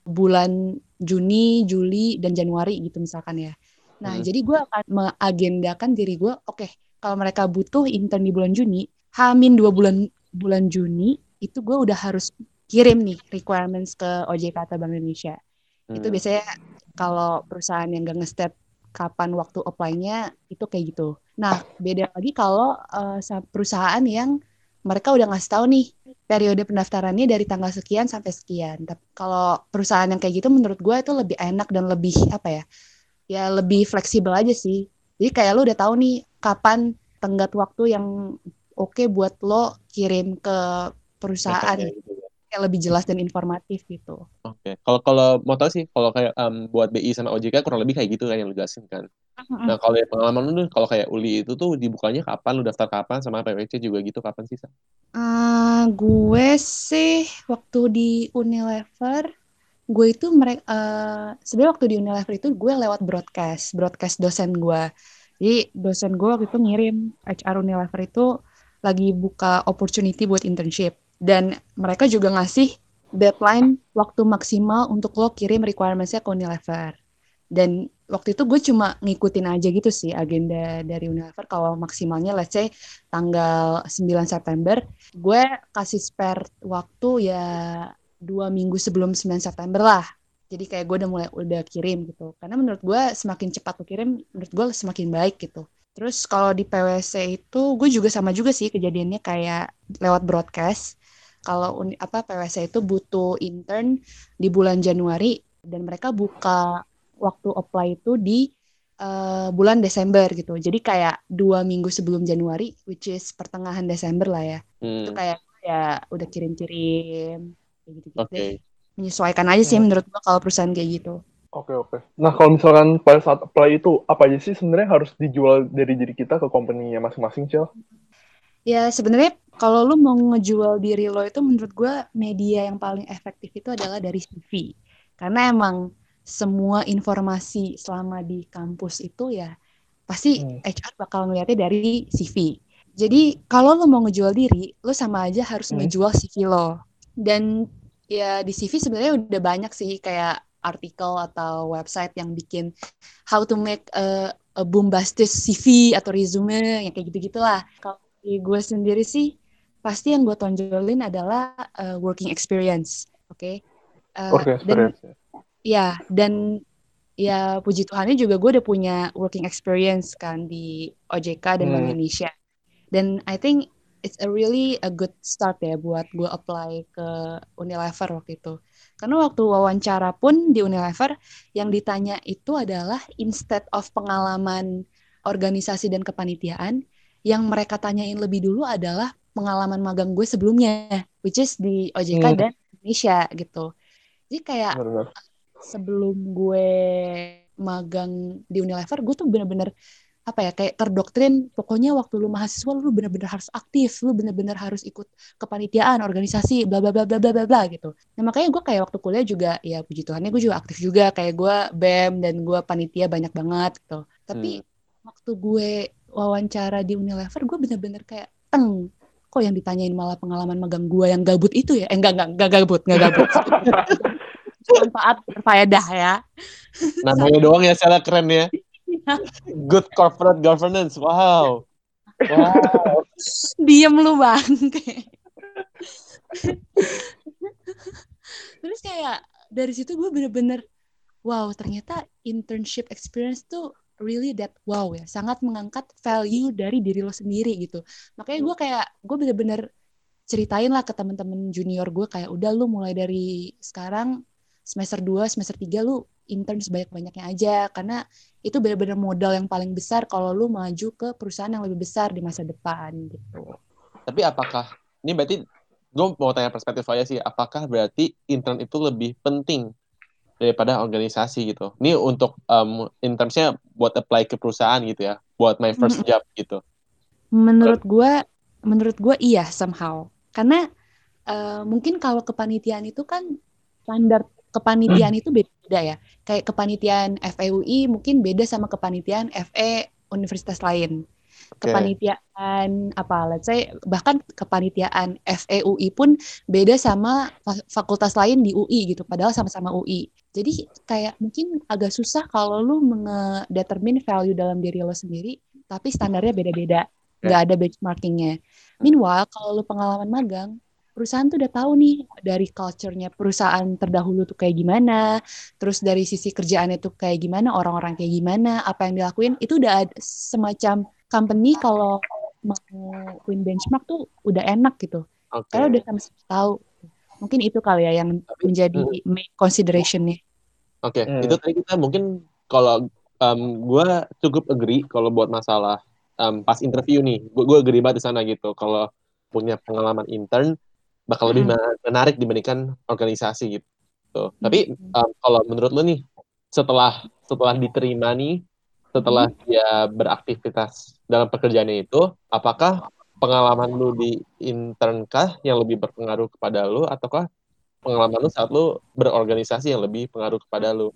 bulan Juni, Juli, dan Januari gitu misalkan ya. Nah, hmm. jadi gue akan mengagendakan diri gue, oke, okay, kalau mereka butuh intern di bulan Juni, hamin dua bulan bulan Juni, itu gue udah harus kirim nih requirements ke O J K atau Bank Indonesia. Hmm. Itu biasanya kalau perusahaan yang gak nge-state kapan waktu apply-nya, itu kayak gitu. Nah, beda lagi kalau uh, perusahaan yang mereka udah ngasih tahu nih periode pendaftarannya dari tanggal sekian sampai sekian. Tapi kalau perusahaan yang kayak gitu menurut gue itu lebih enak dan lebih apa ya? Ya lebih fleksibel aja sih. Jadi kayak lo udah tahu nih kapan tenggat waktu yang oke okay buat lo kirim ke perusahaan. Gitu. Kayak lebih jelas dan informatif gitu. Oke. Okay. Kalau kalau mau tahu sih kalau kayak um, buat B I sama O J K kurang lebih kayak gitu kan yang lu jelasin kan. Mm-hmm. Nah, kalau pengalaman lu kalau kayak Uli itu tuh dibukanya kapan, lu daftar kapan, sama P W C juga gitu kapan sih? Uh, gue sih waktu di Unilever, gue itu mereka uh, sebenarnya waktu di Unilever itu gue lewat broadcast, broadcast dosen gue. Jadi dosen gue waktu itu ngirim H R Unilever itu lagi buka opportunity buat internship dan mereka juga ngasih deadline waktu maksimal untuk lo kirim requirements-nya ke Unilever. Dan waktu itu gue cuma ngikutin aja gitu sih agenda dari Unilever. Kalau maksimalnya let's say tanggal sembilan September, gue kasih spare waktu ya dua minggu sebelum sembilan September lah. Jadi kayak gue udah mulai udah kirim gitu. Karena menurut gue semakin cepat lo kirim, menurut gue semakin baik gitu. Terus kalau di P W C itu gue juga sama juga sih kejadiannya kayak lewat broadcast. Kalau uni, apa P W C itu butuh intern di bulan Januari dan mereka buka waktu apply itu di uh, bulan Desember gitu. Jadi kayak dua minggu sebelum Januari, which is pertengahan Desember lah ya. Hmm. Itu kayak ya udah kirim-kirim kayak gitu-gitu. Okay. Menyesuaikan aja sih hmm. menurut gue kalau perusahaan kayak gitu. Oke okay, oke. Okay. Nah kalau misalkan pada saat apply itu apa aja sih sebenarnya harus dijual dari diri kita ke company-nya masing-masing, Cel? Ya sebenarnya kalau lu mau ngejual diri lo itu menurut gue media yang paling efektif itu adalah dari C V. Karena emang semua informasi selama di kampus itu ya pasti hmm. H R bakal ngeliatnya dari C V. Jadi kalau lo mau ngejual diri, lo sama aja harus hmm. ngejual C V lo. Dan ya di C V sebenarnya udah banyak sih kayak artikel atau website yang bikin how to make a, a bombastic C V atau resume yang kayak gitu-gitulah. Kalau gue sendiri sih pasti yang gue tonjolin adalah uh, working experience, oke? Okay? Uh, working experience. Dan, ya dan ya puji Tuhannya juga gue udah punya working experience kan di O J K dan hmm. Bank Indonesia. Dan I think it's a really a good start ya buat gue apply ke Unilever waktu itu. Karena waktu wawancara pun di Unilever yang ditanya itu adalah instead of pengalaman organisasi dan kepanitiaan, yang mereka tanyain lebih dulu adalah pengalaman magang gue sebelumnya, which is di O J K hmm. dan Indonesia gitu. Jadi kayak benar-benar. Sebelum gue magang di Unilever, gue tuh benar-benar apa ya kayak terdoktrin pokoknya waktu lu mahasiswa lu benar-benar harus aktif, lu benar-benar harus ikut kepanitiaan, organisasi, bla bla bla bla bla bla gitu. Nah makanya gue kayak waktu kuliah juga ya puji Tuhannya gue juga aktif juga kayak gue B E M dan gue panitia banyak banget gitu. Tapi hmm. waktu gue wawancara di Unilever gue benar-benar kayak teng kok yang ditanyain malah pengalaman magang gue yang gabut itu ya? Eh enggak enggak enggak gabut, enggak gabut. Manfaat berfaedah ya. Namanya doang ya secara keren ya. Good corporate governance. Wow. Wow. Diem lu bang. Terus kayak dari situ gue bener-bener wow ternyata internship experience tuh really that wow ya. Sangat mengangkat value dari diri lo sendiri gitu. Makanya gue kayak gue bener-bener ceritain lah ke teman-teman junior gue kayak udah lu mulai dari sekarang semester dua, semester tiga lu intern sebanyak-banyaknya aja karena itu benar-benar modal yang paling besar kalau lu maju ke perusahaan yang lebih besar di masa depan gitu. Tapi apakah ini berarti gue mau tanya perspektif aja sih, apakah berarti intern itu lebih penting daripada organisasi gitu? Ini untuk um, internsnya buat apply ke perusahaan gitu ya, buat my first mm-hmm. job gitu. Menurut gue, menurut gue iya somehow karena uh, mungkin kalau kepanitiaan itu kan standar kepanitiaan itu beda ya. Kayak kepanitiaan F E U I mungkin beda sama kepanitiaan F E universitas lain. Okay. Kepanitiaan apa let's say bahkan kepanitiaan F E U I pun beda sama fakultas lain di U I gitu padahal sama-sama U I. Jadi kayak mungkin agak susah kalau lu mengedetermine value dalam diri lo sendiri tapi standarnya beda-beda. Okay. Nggak ada benchmarkingnya. Meanwhile kalau lu pengalaman magang perusahaan tuh udah tahu nih dari culture-nya perusahaan terdahulu tuh kayak gimana, terus dari sisi kerjaannya tuh kayak gimana, orang-orang kayak gimana, apa yang dilakuin, itu udah ada semacam company kalau mau win benchmark tuh udah enak gitu. Okay. Karena udah sama-sama tahu. Mungkin itu kali ya yang menjadi main consideration-nya. Oke, okay. hmm. itu tadi kita mungkin kalau um, gue cukup agree kalau buat masalah um, pas interview nih, gue agree banget di sana gitu. Kalau punya pengalaman intern, bakal lebih mm-hmm. menarik dibandingkan organisasi gitu. Tuh. Mm-hmm. Tapi um, kalau menurut lo nih, setelah setelah diterima nih, setelah mm-hmm. dia beraktivitas dalam pekerjaannya itu, apakah pengalaman lo di intern kah yang lebih berpengaruh kepada lo, ataukah pengalaman lo saat lo berorganisasi yang lebih pengaruh kepada lo?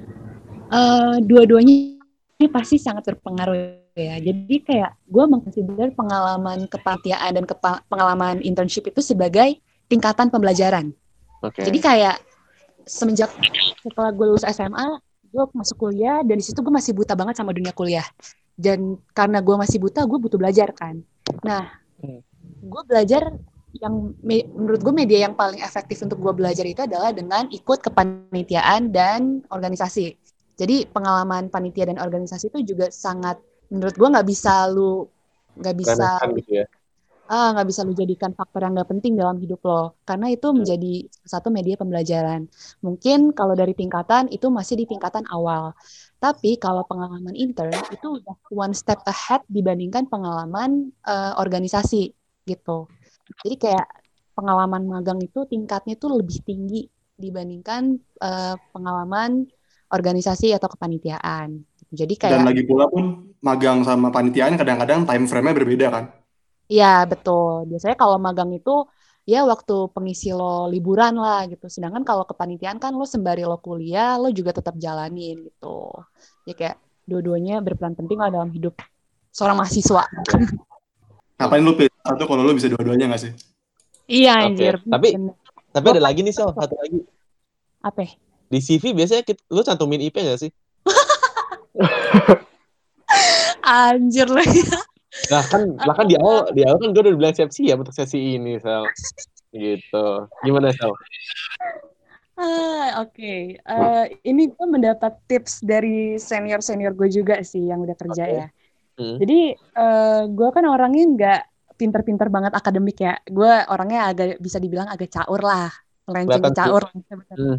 Uh, dua-duanya ini pasti sangat berpengaruh ya. Jadi kayak gue mengkonsider pengalaman kepanitiaan dan kepa- pengalaman internship itu sebagai tingkatan pembelajaran. Okay. Jadi kayak semenjak setelah gue lulus S M A, gue masuk kuliah, dan di situ gue masih buta banget sama dunia kuliah. Dan karena gue masih buta, gue butuh belajar kan. Nah, hmm. gue belajar yang me- menurut gue media yang paling efektif untuk gue belajar itu adalah dengan ikut kepanitiaan dan organisasi. Jadi pengalaman panitia dan organisasi itu juga sangat, menurut gue nggak bisa lu nggak bisa gitu ya. ah nggak bisa lu jadikan faktor yang nggak penting dalam hidup lo, karena itu menjadi satu media pembelajaran. Mungkin kalau dari tingkatan itu masih di tingkatan awal, tapi kalau pengalaman intern itu udah one step ahead dibandingkan pengalaman uh, organisasi gitu. Jadi kayak pengalaman magang itu tingkatnya itu lebih tinggi dibandingkan uh, pengalaman organisasi atau kepanitiaan. Jadi kayak, dan lagi pula pun magang sama panitiaan kadang-kadang time frame-nya berbeda kan? Iya, betul. Biasanya kalau magang itu ya waktu pengisi lo liburan lah gitu. Sedangkan kalau kepanitiaan kan lo sembari lo kuliah, lo juga tetap jalanin gitu. Ya kayak dua-duanya berperan penting lah dalam hidup seorang mahasiswa. Ngapain lo pilih satu kalau lo bisa dua-duanya nggak sih? Iya, anjir. Okay. Tapi bener. tapi ada lagi nih, Sel, satu lagi. Apa? Di C V biasanya kita, lo cantumin I P nggak sih? Anjir lah ya. Nah kan, lah kan di awal, di awal kan gue udah bilang siap siap untuk sesi ini, Sel. Gitu. Gimana, Sel? Ah, Oke, okay. uh, ini gue mendapat tips dari senior-senior gue juga sih yang udah kerja okay. ya. Hmm. Jadi uh, gue kan orangnya nggak pinter-pinter banget akademik ya. Gue orangnya agak bisa dibilang agak caur lah, melenceng ke caur. Hmm.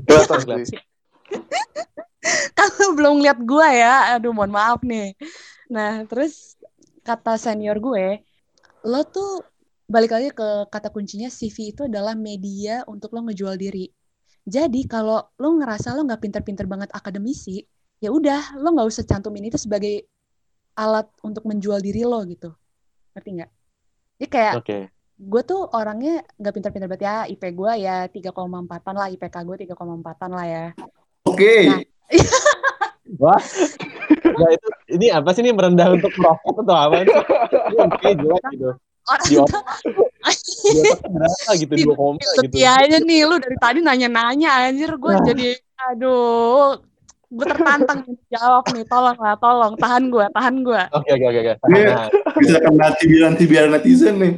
Kalau belum lihat gue ya, aduh mohon maaf nih. Nah terus kata senior gue, lo tuh balik lagi ke kata kuncinya, C V itu adalah media untuk lo ngejual diri. Jadi kalau lo ngerasa lo nggak pinter-pinter banget akademisi, ya udah lo nggak usah cantumin itu sebagai alat untuk menjual diri lo gitu, ngerti nggak? Jadi kayak okay. gue tuh orangnya nggak pinter-pinter banget ya, I P gue ya tiga koma empatan lah, I P K gue tiga koma empatan lah ya. Oke. Okay. Nah, wah, ya itu ini apa sih, ini merendah untuk profit atau apa sih? Oke, jelek gitu. Orang di otak di otak berapa gitu, dua koma gitu. Iya aja nih, lu dari tadi nanya-nanya anjir, gue nah. jadi aduh, gue tertantang jawab nih, tolong lah, tolong, tahan gue, tahan gue. Oke oke oke. Bisa kena tibiran tibiar netizen nih.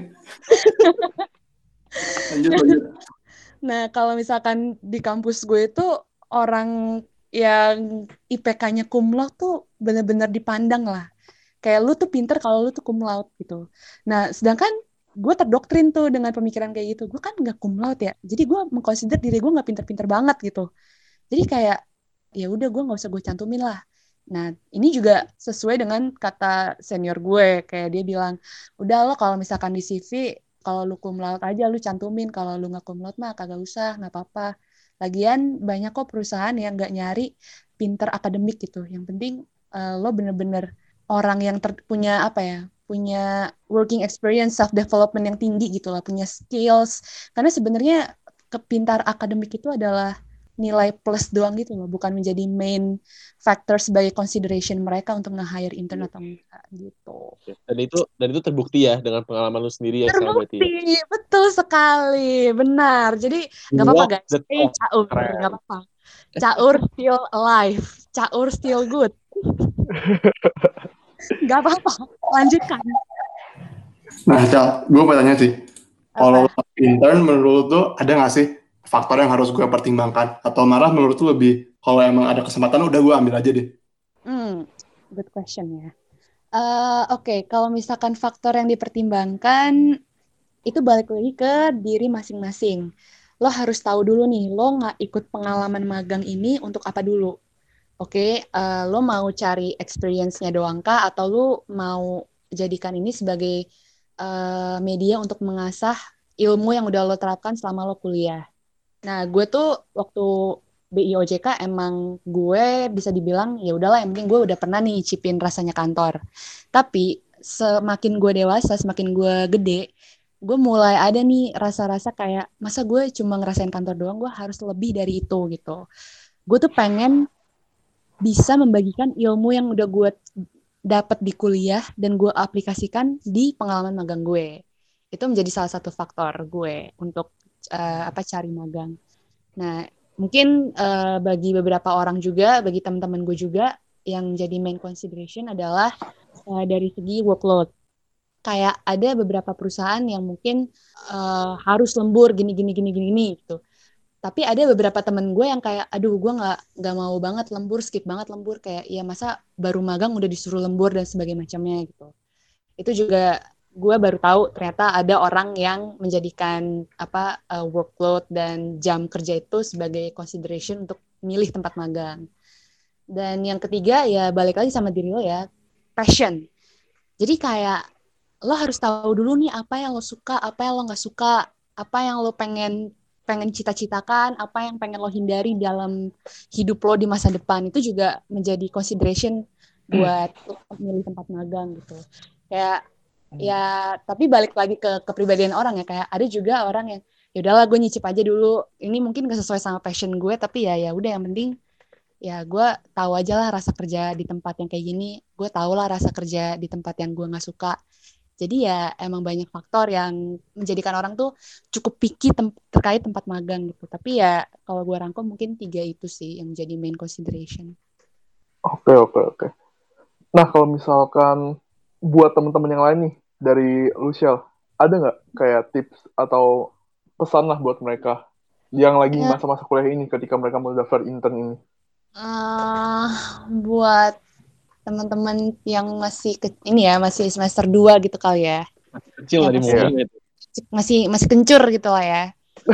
Lanjut lanjut. Nah kalau misalkan di kampus gue itu orang yang I P K-nya cum laude tuh benar-benar dipandang lah. Kayak lu tuh pinter kalau lu tuh cum laude gitu. Nah, sedangkan gue terdoktrin tuh dengan pemikiran kayak gitu. Gue kan gak cum laude ya. Jadi gue mengconsider diri gue gak pinter-pinter banget gitu. Jadi kayak, ya udah gue gak usah gue cantumin lah. Nah, ini juga sesuai dengan kata senior gue. Kayak dia bilang, udah lo kalau misalkan di C V, kalau lu cum laude aja lu cantumin. Kalau lu gak cum laude mah kagak usah, gak apa-apa. Lagian banyak kok perusahaan yang gak nyari pinter akademik gitu. Yang penting uh, lo bener-bener orang yang ter- punya apa ya, punya working experience, self development yang tinggi gitu lah, punya skills. Karena sebenarnya kepintar akademik itu adalah nilai plus doang gitu loh, bukan menjadi main factor sebagai consideration mereka untuk nge-hire intern atau enggak gitu. Dan itu dan itu terbukti ya dengan pengalaman lu sendiri ya. Terbukti, ya? Betul sekali, benar. Jadi nggak apa-apa guys, stay caur, nggak apa-apa. Caur still alive, caur still good. Gak apa-apa, lanjutkan. Nah, Cal, gue mau tanya sih. Kalau intern, menurut lo ada gak sih faktor yang harus gue pertimbangkan? Atau malah menurut lo lebih, kalau emang ada kesempatan, udah gue ambil aja deh? Hmm, good question ya. Uh, Oke, okay. Kalau misalkan faktor yang dipertimbangkan, itu balik lagi ke diri masing-masing. Lo harus tahu dulu nih, lo gak ikut pengalaman magang ini untuk apa dulu? Oke, okay, uh, lo mau cari experience-nya doang kah, atau lo mau jadikan ini sebagai uh, media untuk mengasah ilmu yang udah lo terapkan selama lo kuliah. Nah, gue tuh waktu B I O J K emang gue bisa dibilang ya udahlah, yang penting gue udah pernah nih cipin rasanya kantor. Tapi semakin gue dewasa, semakin gue gede, gue mulai ada nih rasa-rasa kayak masa gue cuma ngerasain kantor doang, gue harus lebih dari itu gitu. Gue tuh pengen bisa membagikan ilmu yang udah gue dapat di kuliah dan gue aplikasikan di pengalaman magang gue. Itu menjadi salah satu faktor gue untuk uh, apa cari magang. Nah, mungkin uh, bagi beberapa orang juga, bagi teman-teman gue juga, yang jadi main consideration adalah uh, dari segi workload. Kayak ada beberapa perusahaan yang mungkin uh, harus lembur gini gini gini gini gini gitu. Tapi ada beberapa temen gue yang kayak, aduh gue nggak nggak mau banget lembur, skip banget lembur, kayak ya masa baru magang udah disuruh lembur dan sebagainya macamnya gitu. Itu juga gue baru tahu ternyata ada orang yang menjadikan apa uh, workload dan jam kerja itu sebagai consideration untuk milih tempat magang. Dan yang ketiga ya balik lagi sama diri lo ya, passion. Jadi kayak lo harus tahu dulu nih apa yang lo suka, apa yang lo nggak suka, apa yang lo pengen pengen cita-citakan, apa yang pengen lo hindari dalam hidup lo di masa depan. Itu juga menjadi consideration buat lo milih tempat magang gitu. Kayak ya tapi balik lagi ke kepribadian orang ya, kayak ada juga orang yang ya udahlah gue nyicip aja dulu. Ini mungkin gak sesuai sama passion gue, tapi ya ya udah yang penting ya gue tahu aja lah rasa kerja di tempat yang kayak gini, gue tahu lah rasa kerja di tempat yang gue nggak suka. Jadi ya emang banyak faktor yang menjadikan orang tuh cukup picky tem- terkait tempat magang gitu. Tapi ya kalau gue rangkum mungkin tiga itu sih yang menjadi main consideration. Oke oke oke. Nah kalau misalkan buat teman-teman yang lain nih dari Lucial, ada nggak kayak tips atau pesan lah buat mereka yang lagi Ya. masa-masa kuliah ini ketika mereka mau daftar intern ini? Uh, buat teman-teman yang masih ke, ini ya masih semester dua gitu kali ya. Kecil tadi masih, mungkin itu. masih masih kencur gitu lah ya.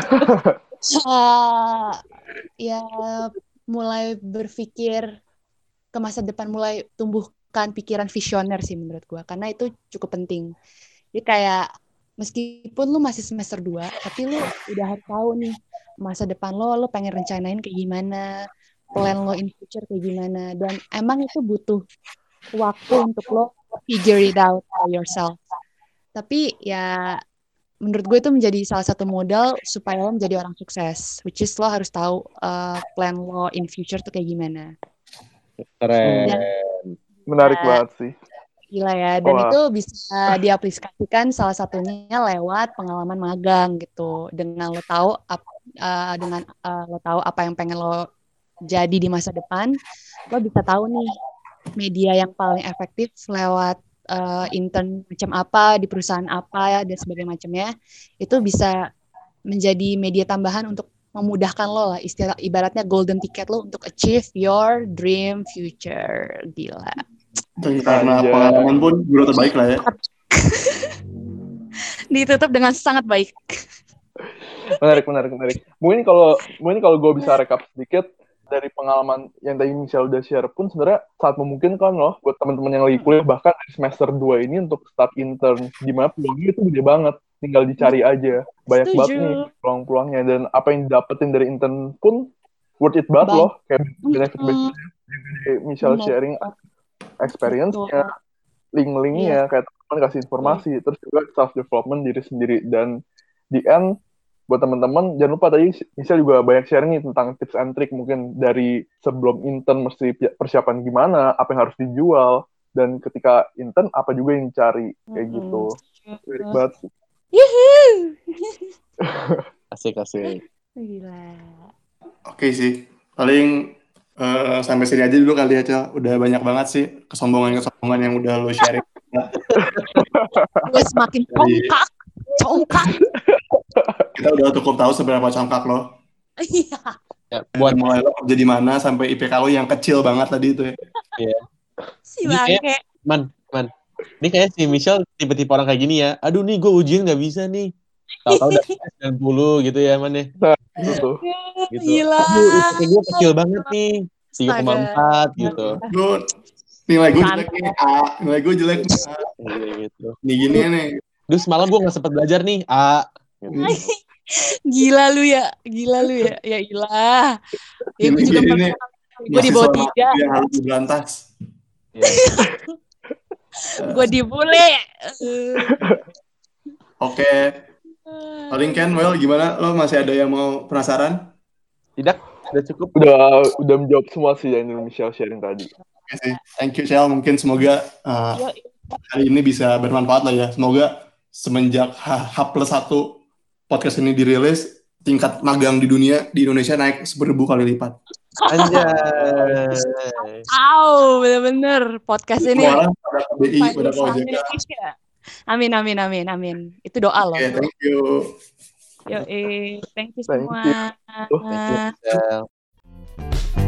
uh, ya mulai berpikir ke masa depan, mulai tumbuhkan pikiran visioner sih menurut gue, karena itu cukup penting. Jadi kayak meskipun lu masih semester dua, tapi lu udah harus tahu nih masa depan lo, lo pengen rencanain kayak gimana, plan lo in future kayak gimana, dan emang itu butuh waktu untuk lo figure it out for yourself. Tapi ya menurut gue itu menjadi salah satu modal supaya lo menjadi orang sukses, which is lo harus tahu uh, plan lo in future tuh kayak gimana. Keren. Dan, menarik ya, banget sih. Gila ya, dan Wah. itu bisa diaplikasikan salah satunya lewat pengalaman magang gitu. Dengan lo tahu uh, dengan uh, lo tahu apa yang pengen lo jadi di masa depan, lo bisa tahu nih media yang paling efektif lewat uh, intern macam apa di perusahaan apa dan sebagainya macamnya. Itu bisa menjadi media tambahan untuk memudahkan lo lah, istilah ibaratnya golden ticket lo untuk achieve your dream future. Gila. Dan karena Anjay. Pengalaman pun guru terbaik lah ya. Ditutup dengan sangat baik. Menarik, menarik, menarik. Mungkin kalau mungkin kalau gue bisa rekap sedikit dari pengalaman yang tadi Michelle udah share pun sebenarnya saat memungkinkan loh buat teman-teman yang lagi kuliah bahkan dari semester dua ini untuk start intern, di mana peluangnya itu gede banget, tinggal dicari aja. Banyak Setuju. banget nih peluang-peluangnya, dan apa yang didapetin dari intern pun worth it banget loh, kayak benefit-benefitnya yang Michelle sharing experience-nya, link-linknya, kayak teman kasih informasi, yeah. Terus juga self-development diri sendiri. Dan di end, buat teman-teman, jangan lupa tadi Michelle juga banyak sharing nih tentang tips and trick, mungkin dari sebelum intern mesti persiapan gimana, apa yang harus dijual, dan ketika intern, apa juga yang dicari, kayak mm-hmm. gitu. Very banget sih. Asik-asik. Gila. Oke sih, paling Uh, sampai sini aja dulu kali ya, Cel. Udah banyak banget sih kesombongan-kesombongan yang udah lo sharing. Gue semakin congkak, congkak. Kita udah cukup tahu seberapa congkak lo. Iya. Ya, buat mulai lo kerja di mana sampai I P K lo yang kecil banget tadi itu ya. Iya. Si bangke. Man, man. Ini kayak si Michelle tipe-tipe orang kayak gini ya. Aduh nih gue ujian nggak bisa nih. Tahu-tahu udah sembilan puluh gitu ya, man ya. Gitu. Gitu. Gila. Aduh, gue kecil banget nih. tiga koma empat gitu. Gue nilai gue jelek nih A. Nilai gue jelek nih A. Gitu. Nih gini nih. Duh semalam gue gak sempat belajar nih A. Gitu. Gila lu ya. Gila lu ya. Ya ilah. Ya gue juga pernah. Gue di bawah tiga. Yang harus diberantas. Gue dibule. Oke. Paling Ken, well gimana? Lo masih ada yang mau penasaran? Tidak, udah cukup. Udah udah menjawab semua sih yang Michelle sharing tadi. Oke sih. Thank you, Shell. Mungkin semoga uh, hari ini bisa bermanfaat lah ya. Semoga semenjak H plus satu podcast ini dirilis, tingkat magang di dunia di Indonesia naik seribu kali lipat. Anjay. Wow, bener-bener podcast ini. Semua orang pada K B I, pada K O J K. Amin, amin, amin, amin. Itu doa loh. Oke, okay, thank you. Yo, eh, thank you Thank semua. you. Thank you, Sel.